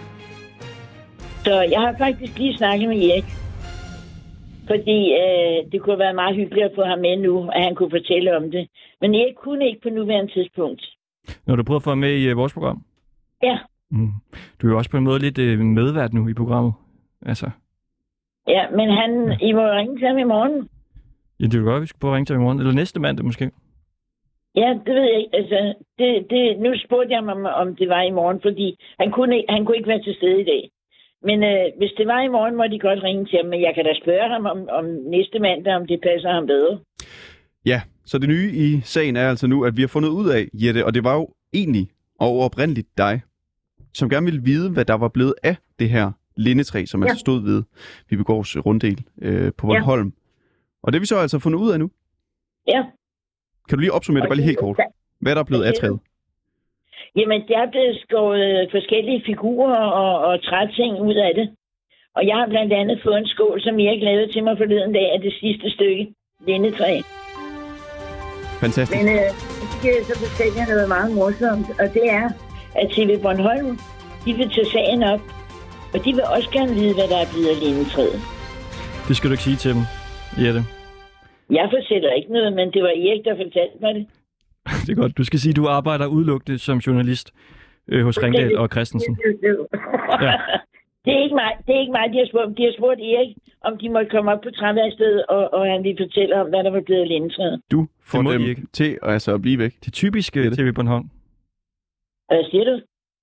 Så jeg har faktisk lige snakket med Erik. Fordi øh, det kunne være meget hyggeligt at få ham med nu, at han kunne fortælle om det. Men Erik kunne ikke på nuværende tidspunkt. Når du prøver at få med i uh, vores program? Ja. Mm. Du er jo også på en måde lidt uh, medvært nu i programmet. Altså. Ja, men han, ja. I må ringe til ham i morgen. Ja, det er godt, vi skal prøve at ringe til ham i morgen. Eller næste mandag måske. Ja, det ved jeg ikke. Altså, det, det, nu spurgte jeg ham, om det var i morgen, fordi han kunne ikke, han kunne ikke være til stede i dag. Men øh, hvis det var i morgen, må de godt ringe til ham. Men jeg kan da spørge ham om, om næste mandag, om det passer ham bedre. Ja, så det nye i sagen er altså nu, at vi har fundet ud af, Jette, og det var jo egentlig og oprindeligt dig, som gerne ville vide, hvad der var blevet af det her lindetræ, som ja. altså stod ved Vibegårds runddel øh, på Bornholm. Ja. Og det har vi så altså fundet ud af nu. Ja. Kan du lige opsummere det bare lige helt kort? Hvad er der blevet af træet? Jamen, der er blevet skåret forskellige figurer og, og træting ud af det. Og jeg har blandt andet fået en skål, som Erik lavede til mig forleden dag af det sidste stykke lindetræ. Fantastisk. Men øh, så skal jeg så fortælle jer noget meget morsomt, og det er, at T V Bornholm, de vil tage sagen op, og de vil også gerne vide, hvad der er blevet af lindetræet. Det skal du ikke sige til dem, Jette. Jeg fortæller ikke noget, men det var Erik, der fortalte mig det. Det er godt. Du skal sige, at du arbejder udelukkende som journalist øh, hos Ringdal og Christensen. Ja. Det er ikke mig, det er ikke mig, de har spurgt. De har spurgt Erik, om de måtte komme op på træværkstedet, og, og han ville fortælle om, hvad der var blevet af lindetræet. Du får dem ikke til altså, at blive væk. Det typiske T V Bornholm. Hvad siger du?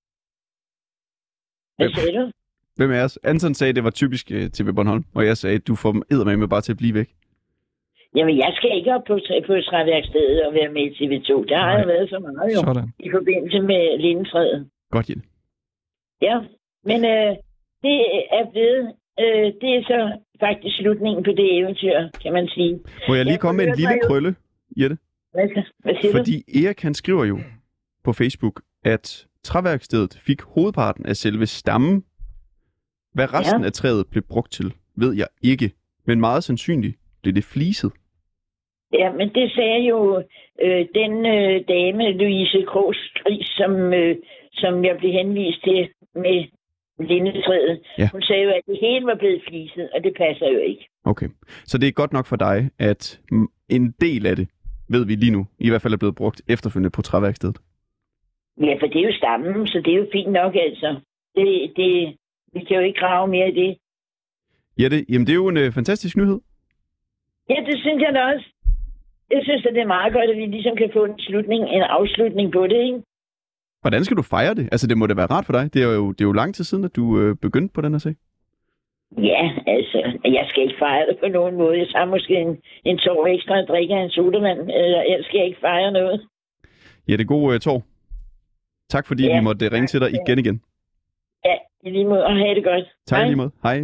Hvad siger du? Hvem er os? Anton sagde, at det var typisk T V Bornholm, og jeg sagde, at du får dem eddermame bare til at blive væk. Jamen, jeg skal ikke op på, på træværkstedet og være med i T V to. Der har jeg været så meget jo, sådan. I forbindelse med lindetræet. Godt, Jette. Ja, men øh, det er blevet, øh, det er så faktisk slutningen på det eventyr, kan man sige. Må jeg lige jeg komme med en lille jo... krølle, Jette? Hvad, hvad siger Fordi du? Erik, han skriver jo på Facebook, at træværkstedet fik hovedparten af selve stammen. Hvad resten ja. af træet blev brugt til, ved jeg ikke. Men meget sandsynligt blev det fliset. Ja, men det sagde jo øh, den øh, dame, Louise Krogs, som, øh, som jeg blev henvist til med lindetræet. Ja. Hun sagde jo, at det hele var blevet fliset, og det passer jo ikke. Okay, så det er godt nok for dig, at en del af det, ved vi lige nu, i hvert fald er blevet brugt efterfølgende på træværkstedet. Ja, for det er jo stammen, så det er jo fint nok altså. Det, det, vi kan jo ikke grave mere i det. Ja, det, jamen det er jo en øh, fantastisk nyhed. Ja, det synes jeg da også. Jeg synes, at det er meget godt, at vi ligesom kan få en slutning, en afslutning på det, ikke? Hvordan skal du fejre det? Altså, det må da være rart for dig. Det er jo, det er jo lang tid siden, at du øh, begyndte på den her sag. Ja, altså, jeg skal ikke fejre det på nogen måde. Jeg tager måske en, en tår ekstra og drikker en sodavand, eller jeg skal ikke fejre noget. Ja, det er god uh, tår. Tak fordi ja, vi måtte ringe til dig igen igen. Ja, i lige måde, og have det godt. Tak i lige måde. Hej.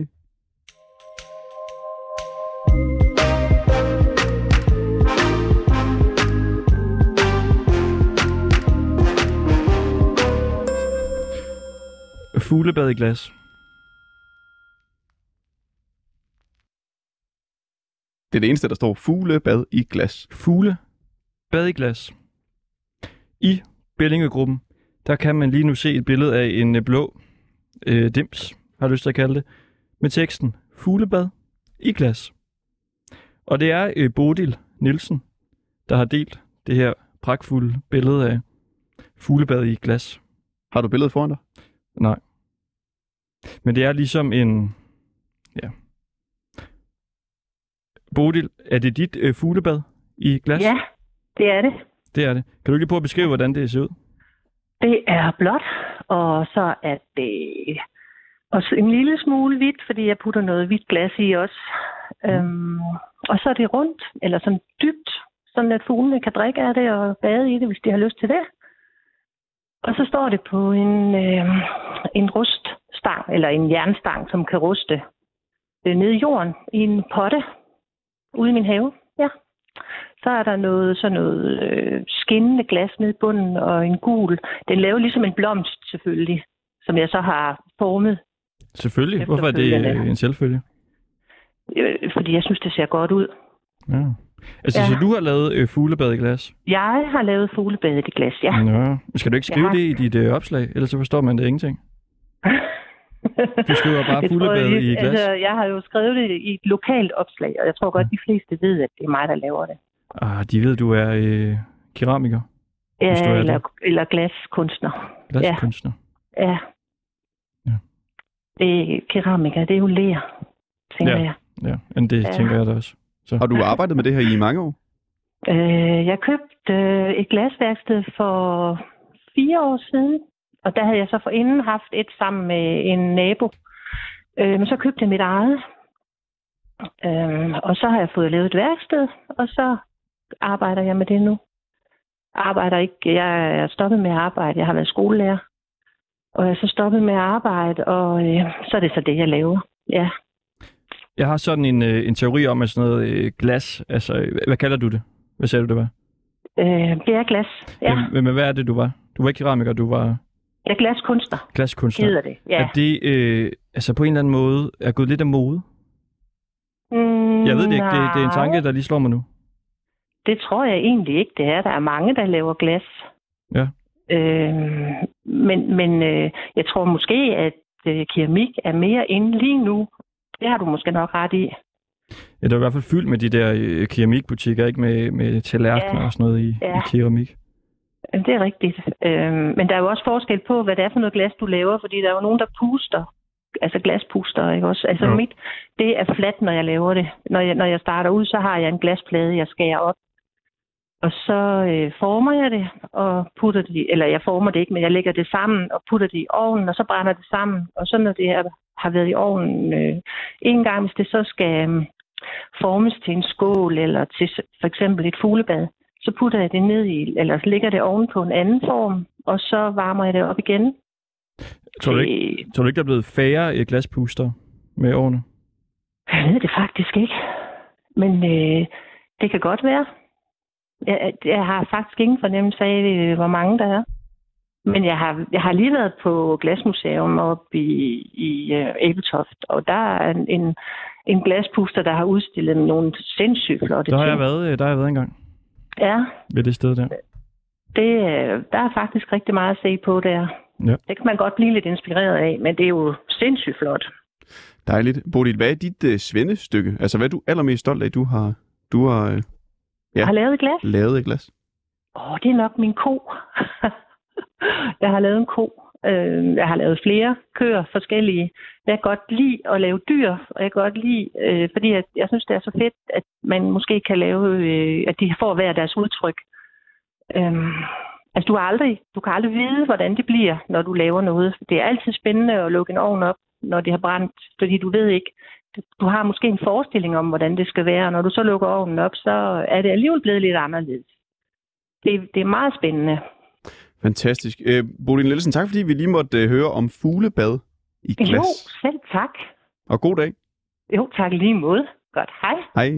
Fuglebad i glas. Det er det eneste, der står. Fuglebad i glas. Fuglebad i glas. I Bellingegruppen, der kan man lige nu se et billede af en blå øh, dims, har jeg lyst til at kalde det, med teksten Fuglebad i glas. Og det er øh, Bodil Nielsen, der har delt det her pragtfulde billede af fuglebad i glas. Har du billedet foran dig? Nej. Men det er ligesom en... Ja. Bodil, er det dit øh, fuglebad i glas? Ja, det er det. Det er det. Kan du lige prøve at beskrive, hvordan det ser ud? Det er blåt, og så er det også en lille smule hvidt, fordi jeg putter noget hvidt glas i også. Mm. Øhm, og så er det rundt, eller sådan dybt, sådan at fuglene kan drikke af det og bade i det, hvis de har lyst til det. Og så står det på en, øh, en ruststang, eller en jernstang, som kan ruste øh, nede i jorden i en potte. ude i min have, ja. Så er der noget, sådan noget øh, skinnende glas nede i bunden og en gul. Den laver ligesom en blomst selvfølgelig, som jeg så har formet. Selvfølgelig? Hvorfor er det øh, en selvfølge? Øh, fordi jeg synes, det ser godt ud. Ja. Altså, ja. Så du har lavet øh, fuglebad i glas? Jeg har lavet fuglebad i glas, ja. Nå. Skal du ikke skrive har... det i dit øh, opslag? Ellers så forstår man det ingenting. Du skriver bare fuglebad i glas? Altså, jeg har jo skrevet det i et lokalt opslag, og jeg tror godt, de fleste ved, at det er mig, der laver det. Ah, de ved, du er øh, keramiker? Ja, eller, eller glaskunstner. Glaskunstner? Ja. ja. ja. Det er keramiker, det er jo ler, tænker ja. jeg. Ja, men det ja. tænker jeg da også. Så. Har du arbejdet med det her i mange år? Øh, jeg købte øh, et glasværksted for fire år siden, og der havde jeg så forinden haft et sammen med en nabo. Øh, men så købte jeg mit eget, øh, og så har jeg fået lavet et værksted, og så arbejder jeg med det nu. Arbejder ikke, jeg er stoppet med at arbejde, jeg har været skolelærer, og jeg er så stoppet med at arbejde, og øh, så er det så det, jeg laver, ja. Jeg har sådan en, øh, en teori om, at sådan noget øh, glas, altså, hvad kalder du det? Hvad sagde du, det var? Øh, det er glas, ja. Men, men hvad er det, du var? Du var ikke keramiker, du var... Ja, glaskunstner. Glaskunstner. Hedder det, ja. Er det øh, altså på en eller anden måde er gået lidt af mode? Mm, jeg ved det ikke, det, det er en tanke, der lige slår mig nu. Det tror jeg egentlig ikke, det er. Der er mange, der laver glas. Ja. Øh, men men øh, jeg tror måske, at øh, keramik er mere inde lige nu. Det har du måske nok ret i. Ja, der er i hvert fald fyldt med de der øh, keramikbutikker, ikke med, med tallerkener ja. og sådan noget i, ja. i keramik. Det er rigtigt. Øhm, men der er jo også forskel på, hvad det er for noget glas, du laver, fordi der er jo nogen, der puster. Altså glaspuster, ikke også? Altså ja. mit, det er fladt, når jeg laver det. Når jeg, når jeg starter ud, så har jeg en glasplade, jeg skærer op. Og så øh, former jeg det, og putter det, eller jeg former det ikke, men jeg lægger det sammen og putter det i ovnen, og så brænder det sammen. Og så når det her har været i ovnen øh, en gang, hvis det så skal øh, formes til en skål, eller til for eksempel et fuglebad, så putter jeg det ned i, eller lægger det oven på en anden form, og så varmer jeg det op igen. Tror du ikke, tror du ikke der er blevet færre glaspuster med årene? Jeg ved det faktisk ikke. Men øh, det kan godt være. Jeg, jeg har faktisk ingen fornemmelse af, hvor mange der er. Men jeg har, jeg har lige været på Glasmuseum oppe i, i uh, Ebeltoft, og der er en, en, en glaspuster, der har udstillet nogle sindssygt flotte ting. Der har jeg været, der har jeg været engang. Ja. Ved det sted der. Det, der er faktisk rigtig meget at se på der. Ja. Det kan man godt blive lidt inspireret af, men det er jo sindssygt flot. Dejligt. Bodil, hvad er dit uh, svendestykke? Altså, hvad er du allermest stolt af, du har, du har, uh, ja, har lavet glas? Lavet et glas. Åh, oh, det er nok min ko. Jeg har lavet en ko. Øh, jeg har lavet flere køer, forskellige. Jeg kan godt lide at lave dyr, og jeg kan godt lide, øh, fordi jeg, jeg synes, det er så fedt, at man måske kan lave, øh, at de får hver deres udtryk. Øh, altså, du, har aldrig, du kan aldrig vide, hvordan det bliver, når du laver noget. Det er altid spændende at lukke en ovn op, når det har brændt, fordi du ved ikke. Du har måske en forestilling om, hvordan det skal være, og når du så lukker ovnen op, så er det alligevel blevet lidt anderledes. Det, det er meget spændende. Fantastisk. Øh, Bodil Nielsen, tak fordi vi lige måtte øh, høre om fuglebad i glas. Jo, selv tak. Og god dag. Jo, tak lige måde. Godt, hej. Hej.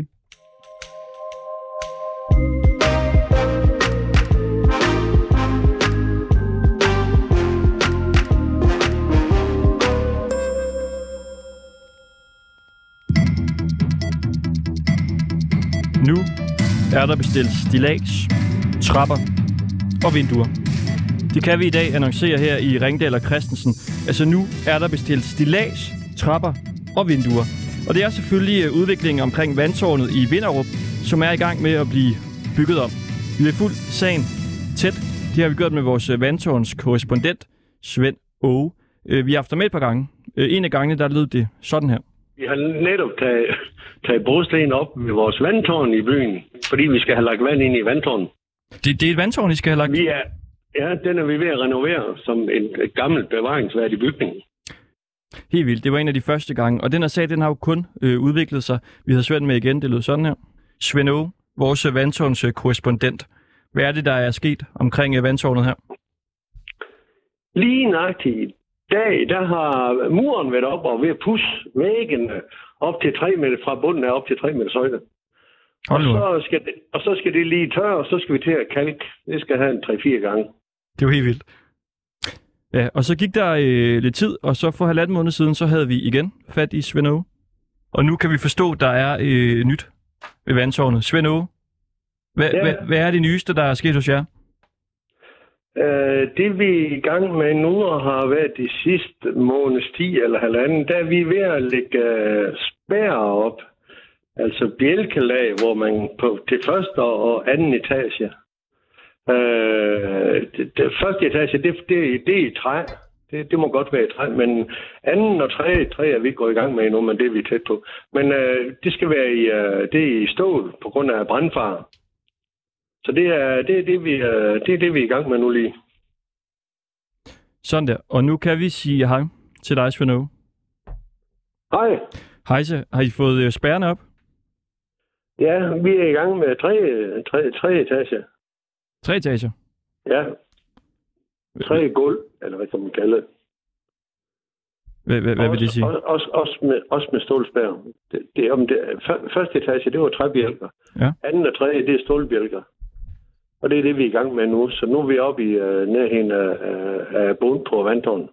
Nu er der bestilt stillads, trapper og vinduer. Det kan vi i dag annoncere her i Ringdal og Christensen. Altså nu er der bestilt stillads, trapper og vinduer. Og det er selvfølgelig udviklingen omkring vandtårnet i Vinderup, som er i gang med at blive bygget om. Vi har fulgt sagen tæt. Det har vi gjort med vores vandtårns korrespondent, Svend Åge. Vi har haft ham med et par gange. En af gangene, der lød det sådan her. Vi har netop taget, taget brosten op ved vores vandtårn i byen, fordi vi skal have lagt vand ind i vandtårnet. Det, det er et vandtårn, I skal have lagt? Vi er, ja, den er vi ved at renovere som en, et gammelt bevaringsværdig bygning. Helt vildt. Det var en af de første gange. Og den her sag, den har jo kun øh, udviklet sig. Vi havde Svend med igen. Det lød sådan her. Svend Åge, vores vandtårns korrespondent. Hvad er det, der er sket omkring øh, vandtårnet her? Lige nøjagtigt i dag, der har muren været op og ved at pusse væggene op til tre meter, fra bunden af op til tre meters højde. Hold nu. Og så, skal det, og så skal det lige tørre, og så skal vi til at kalke. Det skal have en tre fire gange. Det er jo helt vildt. Ja, og så gik der øh, lidt tid, og så for halvanden måned siden, så havde vi igen fat i Svend Åge. Og nu kan vi forstå, der er øh, nyt ved vandtårnet. Svend Åge, hvad, Ja. hvad, hvad er det nyeste, der er sket hos jer? Uh, det vi er i gang med nu og har været de sidste måneds ti eller halvanden, der er vi ved at lægge uh, spærre op. Altså bjælkelag, hvor man på til første og anden etage. Uh, det, det første etage, det, det, det er i træ. Det, det må godt være i træ, men anden og tredje træ er vi ikke gået i gang med endnu, men det er vi tæt på. Men uh, det skal være i, uh, det er i stål på grund af brandfare. Så det er det, er det, vi, uh, det er det, vi er i gang med nu lige. Sådan der. Og nu kan vi sige hej til dig, Svend Åge. Hej. Hejse, har I fået øh, spærrene op? Ja, vi er i gang med tre, tre, tre etager. Tre etager? Ja. Tre gulv, eller hvad kan man kalde det. Hvad, hvad, hvad vil det sige? Også, også, også med, også med stålspær. Det, det, om det, første etage, det var træbjælker. Ja. Anden og tredje, det er stålbjælker. Og det er det, vi er i gang med nu. Så nu er vi oppe i uh, nærheden af, af, af bund på vandtårnet.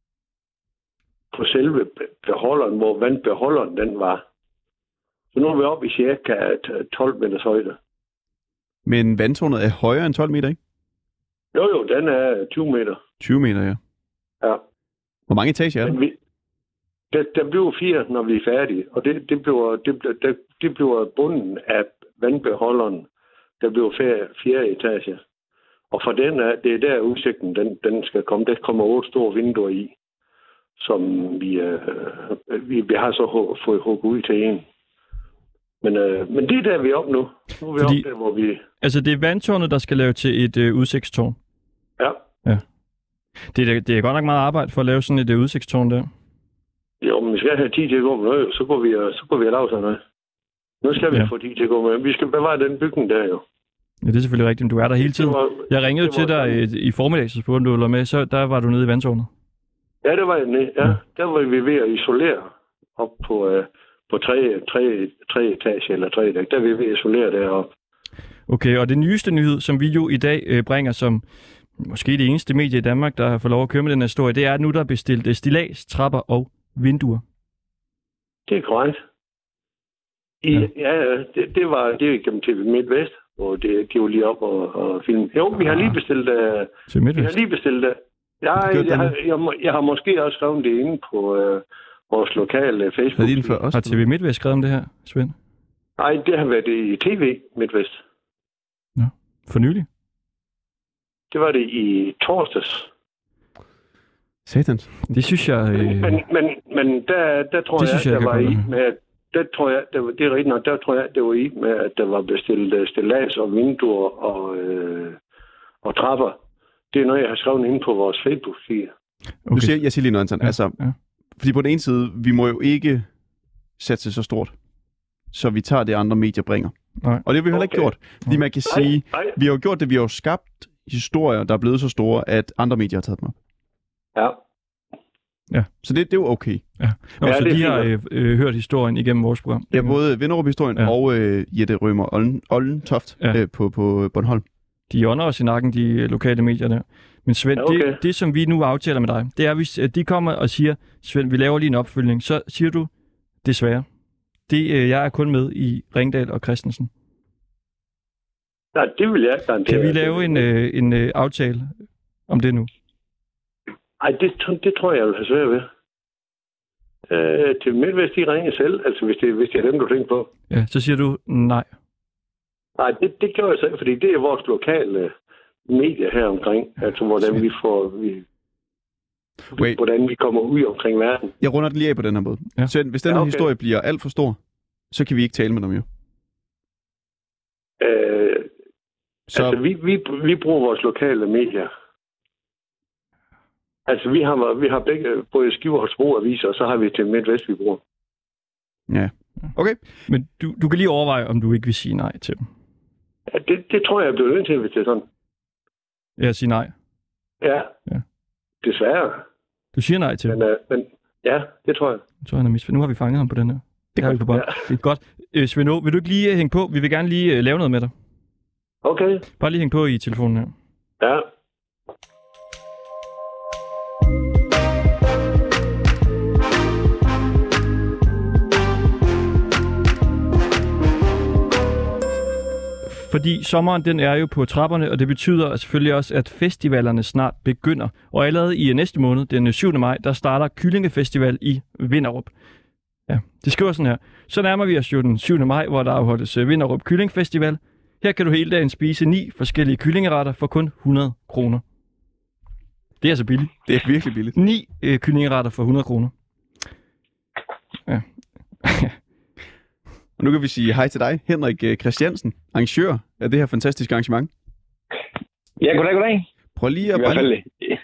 På selve beholderen, hvor vandbeholderen den var. Så nu er vi oppe i cirka tolv meters højde. Men vandtårnet er højere end tolv meter, ikke? Jo, jo, den er tyve meter. tyve meter, ja. Ja. Hvor mange etager er der? Men vi, der, der bliver fire, når vi er færdige. Og det, det, bliver, det, det, det bliver bunden af vandbeholderen. Der bliver fjerde, fjerde etage. Og for den er, det er der udsigten, den, den skal komme. Der kommer otte store vinduer i, som vi, øh, vi, vi har så fået hugget ud til en. Men, øh, men det er der, vi er oppe nu. Nu er vi Fordi, oppe der, hvor vi... Altså, det er vandtårnet, der skal lave til et øh, udsigtstårn? Ja. Ja. Det er, det er godt nok meget arbejde for at lave sådan et øh, udsigtstårn der. Jo, men vi skal have tid til at gå med noget, så går vi, så går vi og lave sådan noget. Nu skal vi ja. få tid til at gå med. Vi skal bevare den bygning der jo. Ja, det er selvfølgelig rigtigt, men du er der hele tiden. Var, jeg ringede til dig i, i formiddag, så spurgte om du ville med, så der var du nede i vandtårnet. Ja, det var jeg nede. Ja. Ja. Der var vi ved at isolere op på, øh, på tre, tre, tre etage eller tre dæk. Der er vi ved at isolere deroppe. Okay, og det nyeste nyhed, som vi jo i dag øh, bringer som måske det eneste medie i Danmark, der har fået lov at køre med den her historie, det er, at nu der er bestilt stillads, trapper og vinduer. Det er korrekt. I, ja, ja det, det var det er gennem T V MidtVest, og det, det var lige op og, og filme. Jo, vi har lige bestilt det. Uh, vi har lige bestilt det. Jeg, jeg, jeg, jeg, jeg har måske også skrevet det inde på uh, vores lokale Facebook. Har T V MidtVest skrevet om det her, Svend? Nej, det har været i T V MidtVest. Nå, for nylig? Det var det i torsdags. Satans. Det synes jeg... Øh... Men, men, men der, der tror det jeg, jeg, der var i med... Der tror jeg, der, det er rigtigt nok, der tror jeg, det var i med, at der var bestilt stillads og vinduer og, øh, og trapper. Det er noget, jeg har skrevet inde på vores Facebook-side. Okay. Du siger, jeg siger lige noget, Anton. Ja. Altså, ja. Fordi på den ene side, vi må jo ikke sætte sig så stort, så vi tager det, andre medier bringer. Nej. Og det har vi heller ikke Okay. gjort. Fordi man kan Nej, sige, nej. vi har jo gjort det, vi har jo skabt historier, der er blevet så store, at andre medier har taget dem op. Ja. Ja. Så det, det er jo okay. Ja. Nå, Ja, så det er de har fint. øh, øh, hørt historien igennem vores program. Ja, både Vinderup-historien Ja. ja. og øh, Jette Rømer Ollen, Ollentoft Ja. øh, på, på Bornholm. De ånder os i nakken, de øh, lokale medier der. Men Svend, Ja, okay. det, det som vi nu aftaler med dig, det er, hvis at de kommer og siger, Svend, vi laver lige en opfølgning, så siger du, desværre. Det, øh, jeg er kun med i Ringdal og Christensen. Nej, det vil jeg ikke. Kan vi lave en, øh, en øh, aftale om det nu? Nej, det, det tror jeg, jeg vil have svært ved. Øh, til MidtVest, de ringer selv, altså hvis det, hvis det er dem, du tænker på. Ja, så siger du nej. Nej, det, det gjorde jeg selv, fordi det er vores lokale medier her omkring, altså hvordan vi får... Vi, Wait. hvordan vi kommer ud omkring verden. Jeg runder den lige af på den her måde. Ja. Svend, hvis den her Ja, ja, okay. okay. historie bliver alt for stor, så kan vi ikke tale med dem jo. Øh, Så Altså, vi, vi, vi bruger vores lokale medier. Altså, vi har, vi har begge, både Skive og Holstebro aviser, og så har vi til MidtVest, vi bruger. ja. Okay. Men du, du kan lige overveje, om du ikke vil sige nej til dem. Ja, det, det tror jeg, jeg bliver nødt til, hvis det er sådan. Jeg siger nej. Ja, Ja. desværre. Du siger nej til dem. Men, uh, men ja, det tror jeg. Jeg tror, han er misforstået. Nu har vi fanget ham på den her. Det har vi på bånd. Ja. Det er godt. Øh, Svend Aage, vil du ikke lige hænge på? Vi vil gerne lige uh, lave noget med dig. Okay. Bare lige hænge på i telefonen her. Ja. Fordi sommeren, den er jo på trapperne, og det betyder selvfølgelig også, at festivalerne snart begynder. Og allerede i næste måned, den syvende maj, der starter Kyllingefestival i Vinderup. Ja, det skriver sådan her. Så nærmer vi os jo den syvende maj, hvor der afholdes Vinderup Kyllingefestival. Her kan du hele dagen spise ni forskellige kyllingeretter for kun hundrede kroner. Det er altså billigt. Det er virkelig billigt. Ni øh, kyllingeretter for hundrede kroner. Ja. Og nu kan vi sige hej til dig, Henrik Christiansen, arrangør af det her fantastiske arrangement. Ja, goddag, goddag. Prøv lige at... I hvert fald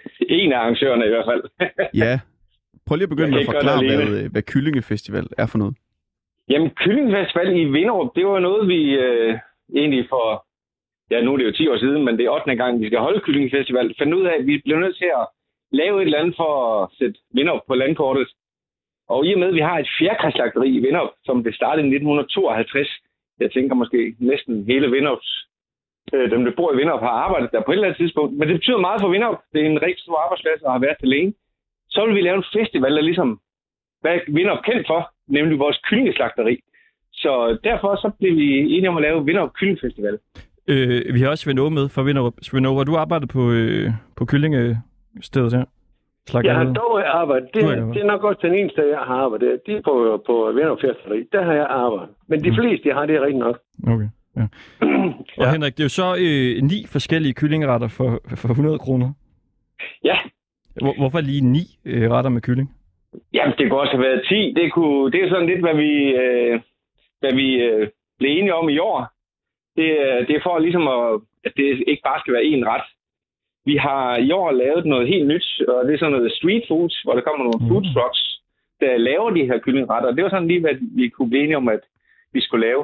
en af arrangørerne i hvert fald. Ja. Prøv lige at begynde med at forklare, hvad, hvad Kyllingefestival er for noget. Jamen, Kyllingefestival i Vinderup, det var noget, vi øh, egentlig for... Ja, nu er det jo ti år siden, men det er ottende gang, vi skal holde Kyllingefestival. Fandt ud af, at vi blev nødt til at lave et eller andet for at sætte Vinderup på landkortet. Og i og med, at vi har et fjerkræslagteri i Vinderup, som blev startet i nitten tooghalvtreds, jeg tænker måske næsten hele Vinderups, øh, dem der bor i Vinderup, har arbejdet der på et eller andet tidspunkt. Men det betyder meget for Vinderup. Det er en rigtig stor arbejdsplads, og har været til længe. Så vil vi lave en festival, der ligesom, hvad er Vinderup kendt for, nemlig vores kyllingeslagteri. Så derfor så blev vi enige om at lave Vinderup Kyllingefestival. Øh, vi har også Svend Aage med fra Vinderup. Svend Aage, har du arbejdet på, øh, på kyllingestedet her? Jeg har dog arbejdet. Det, det er nok også den eneste, jeg har arbejdet. Det er på, på Vinderup Festival. Der har jeg arbejdet. Men de fleste, jeg har, det er rigtig nok. Okay, ja. Og ja. Henrik, det er jo så øh, ni forskellige kyllingeretter for, for hundrede kroner. Ja. Hvor, hvorfor lige ni øh, retter med kylling? Jamen, det kunne også have været ti. Det, kunne, det er sådan lidt, hvad vi, øh, hvad vi øh, blev enige om i år. Det, det er for ligesom, at, at det ikke bare skal være én ret. Vi har i år lavet noget helt nyt, og det er sådan noget street food, hvor der kommer nogle mm. food trucks, der laver de her kyllingretter. Det var sådan lige, hvad vi kunne blive enige om, at vi skulle lave.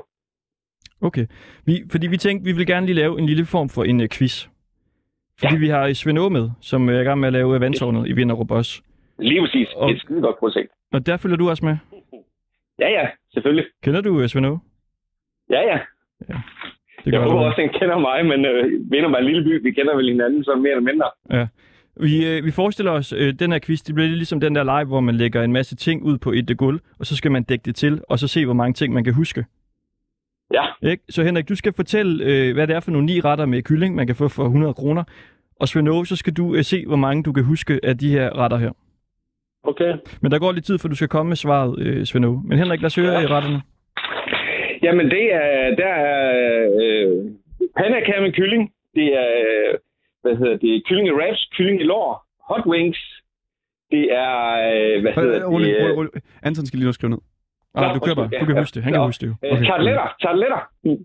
Okay. Vi, fordi vi tænkte, vi vil gerne lige lave en lille form for en uh, quiz. Fordi ja. vi har Svend Aage med, som er i gang med at lave vandtårnet i Vinderup også. Lige præcis. Og, et skide godt projekt. Og der følger du også med? Ja, ja. Selvfølgelig. Kender du uh, Svend Aage? Ja, ja. ja. Jeg håber også, at han kender mig, men øh, Vinderup er en lille by. Vi kender vel hinanden sådan mere eller mindre. Ja. Vi, øh, vi forestiller os, øh, den her quiz, det bliver ligesom den der live, hvor man lægger en masse ting ud på et gulv, og så skal man dække det til, og så se, hvor mange ting man kan huske. Ja. Ikke? Så Henrik, du skal fortælle, øh, hvad det er for nogle ni retter med kylling, man kan få for hundrede kroner. Og Svend Aage, så skal du øh, se, hvor mange du kan huske af de her retter her. Okay. Men der går lidt tid, for du skal komme med svaret, øh, Svend Aage. Men Henrik, lad os høre ja. retterne. Jamen, det er, der er øh, pandekær med kylling. Det er, hvad hedder det, kylling i wraps, kylling i lår, hot wings. Det er, øh, hvad hedder det? Rolig, rolig, rolig. Anton skal lige nå skrive ned. Ah, du kører bare. Du kan huske det. Han kan huske det jo. Okay. Tarteletter, tarteletter.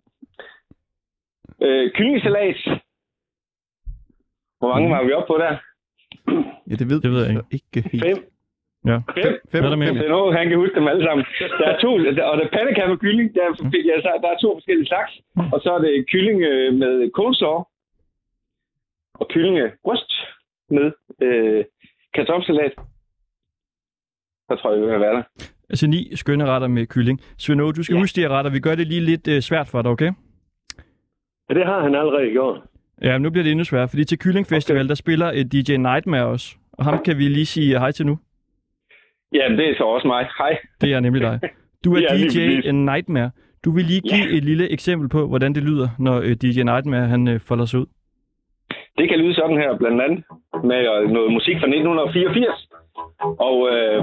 Øh, kyllingesalat. Hvor mange var vi oppe på der? Ja, det ved, det ved jeg ikke. ikke helt. Fem. Ja. Fem. Fem. Hvad er der mere? Det er noget, han kan huske dem alle sammen. Der er to, og der er pandekær med kylling, der, ja, der er to forskellige slags. Og så er det kylling med coleslaw. Og kyllingebryst med øh, kartoffelsalat. Så tror jeg, vi vil være der. Altså ni skønne retter med kylling. Svend Aage, du skal ja. huske de her retter. Vi gør det lige lidt øh, svært for dig, okay? Ja, det har han allerede gjort. Ja, men nu bliver det endnu sværere, fordi til Kyllingfestival, okay. der spiller et D J Nightmare også. Og ham kan vi lige sige hej til nu. Jamen, det er så også mig. Hej. Det er nemlig dig. Du er ja, D J Nightmare. Du vil lige give ja. et lille eksempel på, hvordan det lyder, når D J Nightmare han øh, folder sig ud. Det kan lyde sådan her, blandt andet med noget musik fra nitten fireogfirs. Og øh,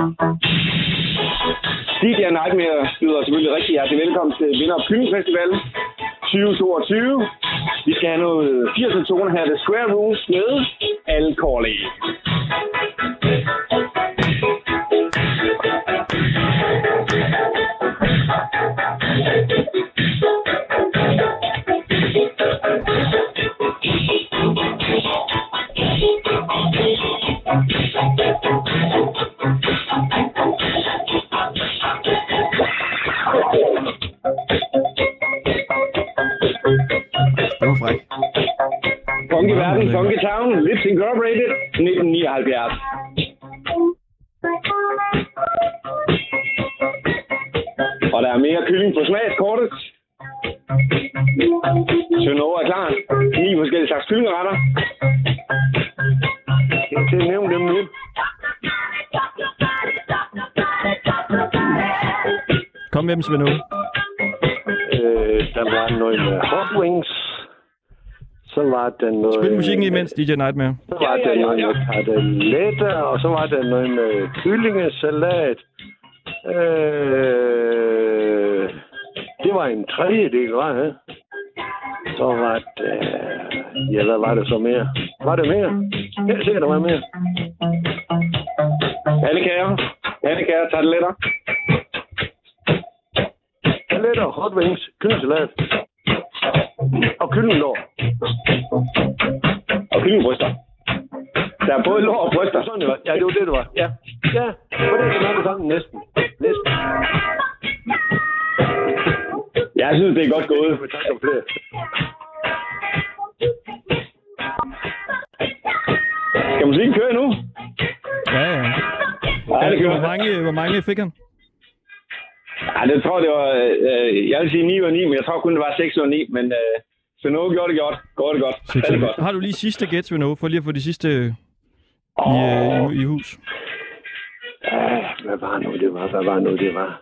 D J Nightmare byder selvfølgelig rigtig hjertelig velkommen til Vinderup Kyllingefestival tyve toogtyve. Vi skal have noget firserne toner her, The Square Rules med Alcorley. Det var fræk. Funky Verden, Funky Town, Lips Incorporated, nitten nioghalvfjerds. mere kylling på smagskortet. Svend Åge er klar. Ni forskellige slags kyllingeretter. Jeg skal nævne dem nu. Kom med dem, Svend Åge. Øh, der var noget med hot wings. Så var der noget... Spil musikken imens, D J Nightmare. Så var der noget med tarteletter, og så var der noget med kyllingesalat. Øh, det var en tredjedel, var det? Så var det... Ja, hvad var det så mere? Var det mere? Jeg ser, der var mere. Alle kager. Alle kager, tarteletter. Tarteletter, hot wings, kyllingesalat. Og kyllingelår. Og kyllingebryster. Der er både lår og bryster. Sådan det var. Ja, det var det, det var. Ja, ja. For det er det sådan næsten. Næsten. Jeg synes, det er godt gået. Tak for flere. Skal musikken køre nu? Ja, ja. Ja, det hvor, mange, hvor mange fik han? Ja, det tror jeg, det var... Øh, jeg vil sige ni og ni, men jeg tror kun, det var seks og ni. Men øh, Svend Åge gjorde det godt. Går det godt. seks og godt. Har du lige sidste gæt, Svend Åge, for lige at få de sidste oh. i, øh, i, i hus? Ja, hvad var nu det var? Hvad var nu det var?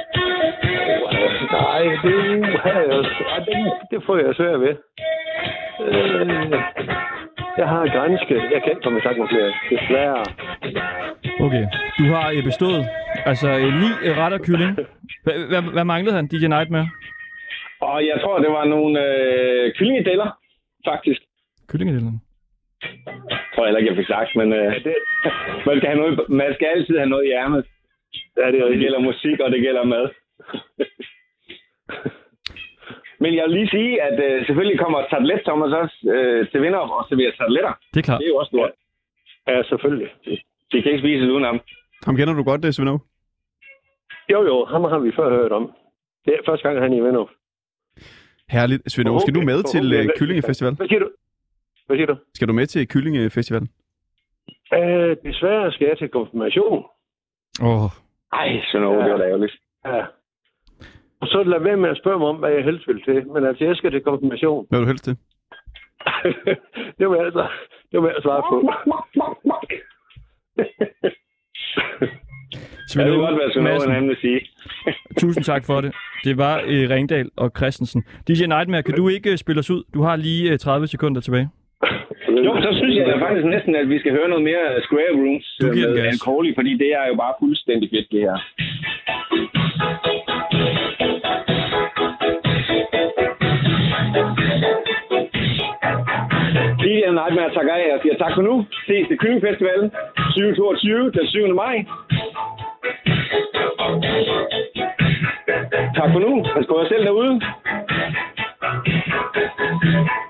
Nej, det, ja, det, det får jeg svært ved. Øh, jeg har grænsket. Jeg kan ikke komme sagt med flere. Desværre. Okay, du har øh, bestået. Altså øh, ni øh, retter kylling. H- hvad, hvad manglede han, D J Nightmare? Og jeg tror, det var nogle øh, kyllingedeller, faktisk. Kyllingedeller? Tror jeg heller ikke, jeg fik sagt, men øh, ja, det... man, skal have noget, man skal altid have noget i ærmet. Ja, det, det gælder musik, og det gælder mad. Men jeg vil lige sige, at øh, selvfølgelig kommer Tartelet Thomas også øh, til vinder og serverer tarteletter. Det er klart. Det er jo også stort. Ja, selvfølgelig. De kan ikke spise uden ham. Ham kender du godt, det, Svend Åge? Jo, jo. Ham har vi før hørt om. Det er første gang, han er i Venner. Herligt. Svend Åge, skal du med til uh, Kyllingefestival? Hvad siger du? Hvad siger du? Skal du med til Kyllingefestivalen? Øh, desværre skal jeg til konfirmation. Åh. Oh. Ej, Svend Åge, ja. Det var da ærgerligt. Ja. Og så lad være med at spørge mig om, hvad jeg helst vil til. Men altså, jeg skal til konfirmation. Hvad vil du helst til? det vil jeg altså, det vil jeg svare på. Svend Åge, ja, det er godt, hvad sige. Tusind tak for det. Det var uh, Ringdal og Christensen. D J Nightmare, kan du ikke uh, spille os ud? Du har lige uh, tredive sekunder tilbage. Jo, så synes jeg faktisk næsten, at vi skal høre noget mere Square Rooms med Anne Corley, fordi det er jo bare fuldstændig fedt, det her. D J Nightmare takker af og siger tak for nu. Ses til Kyllingefestivalen tyve toogtyve den syvende maj. Tak for nu. Pas på jer selv derude.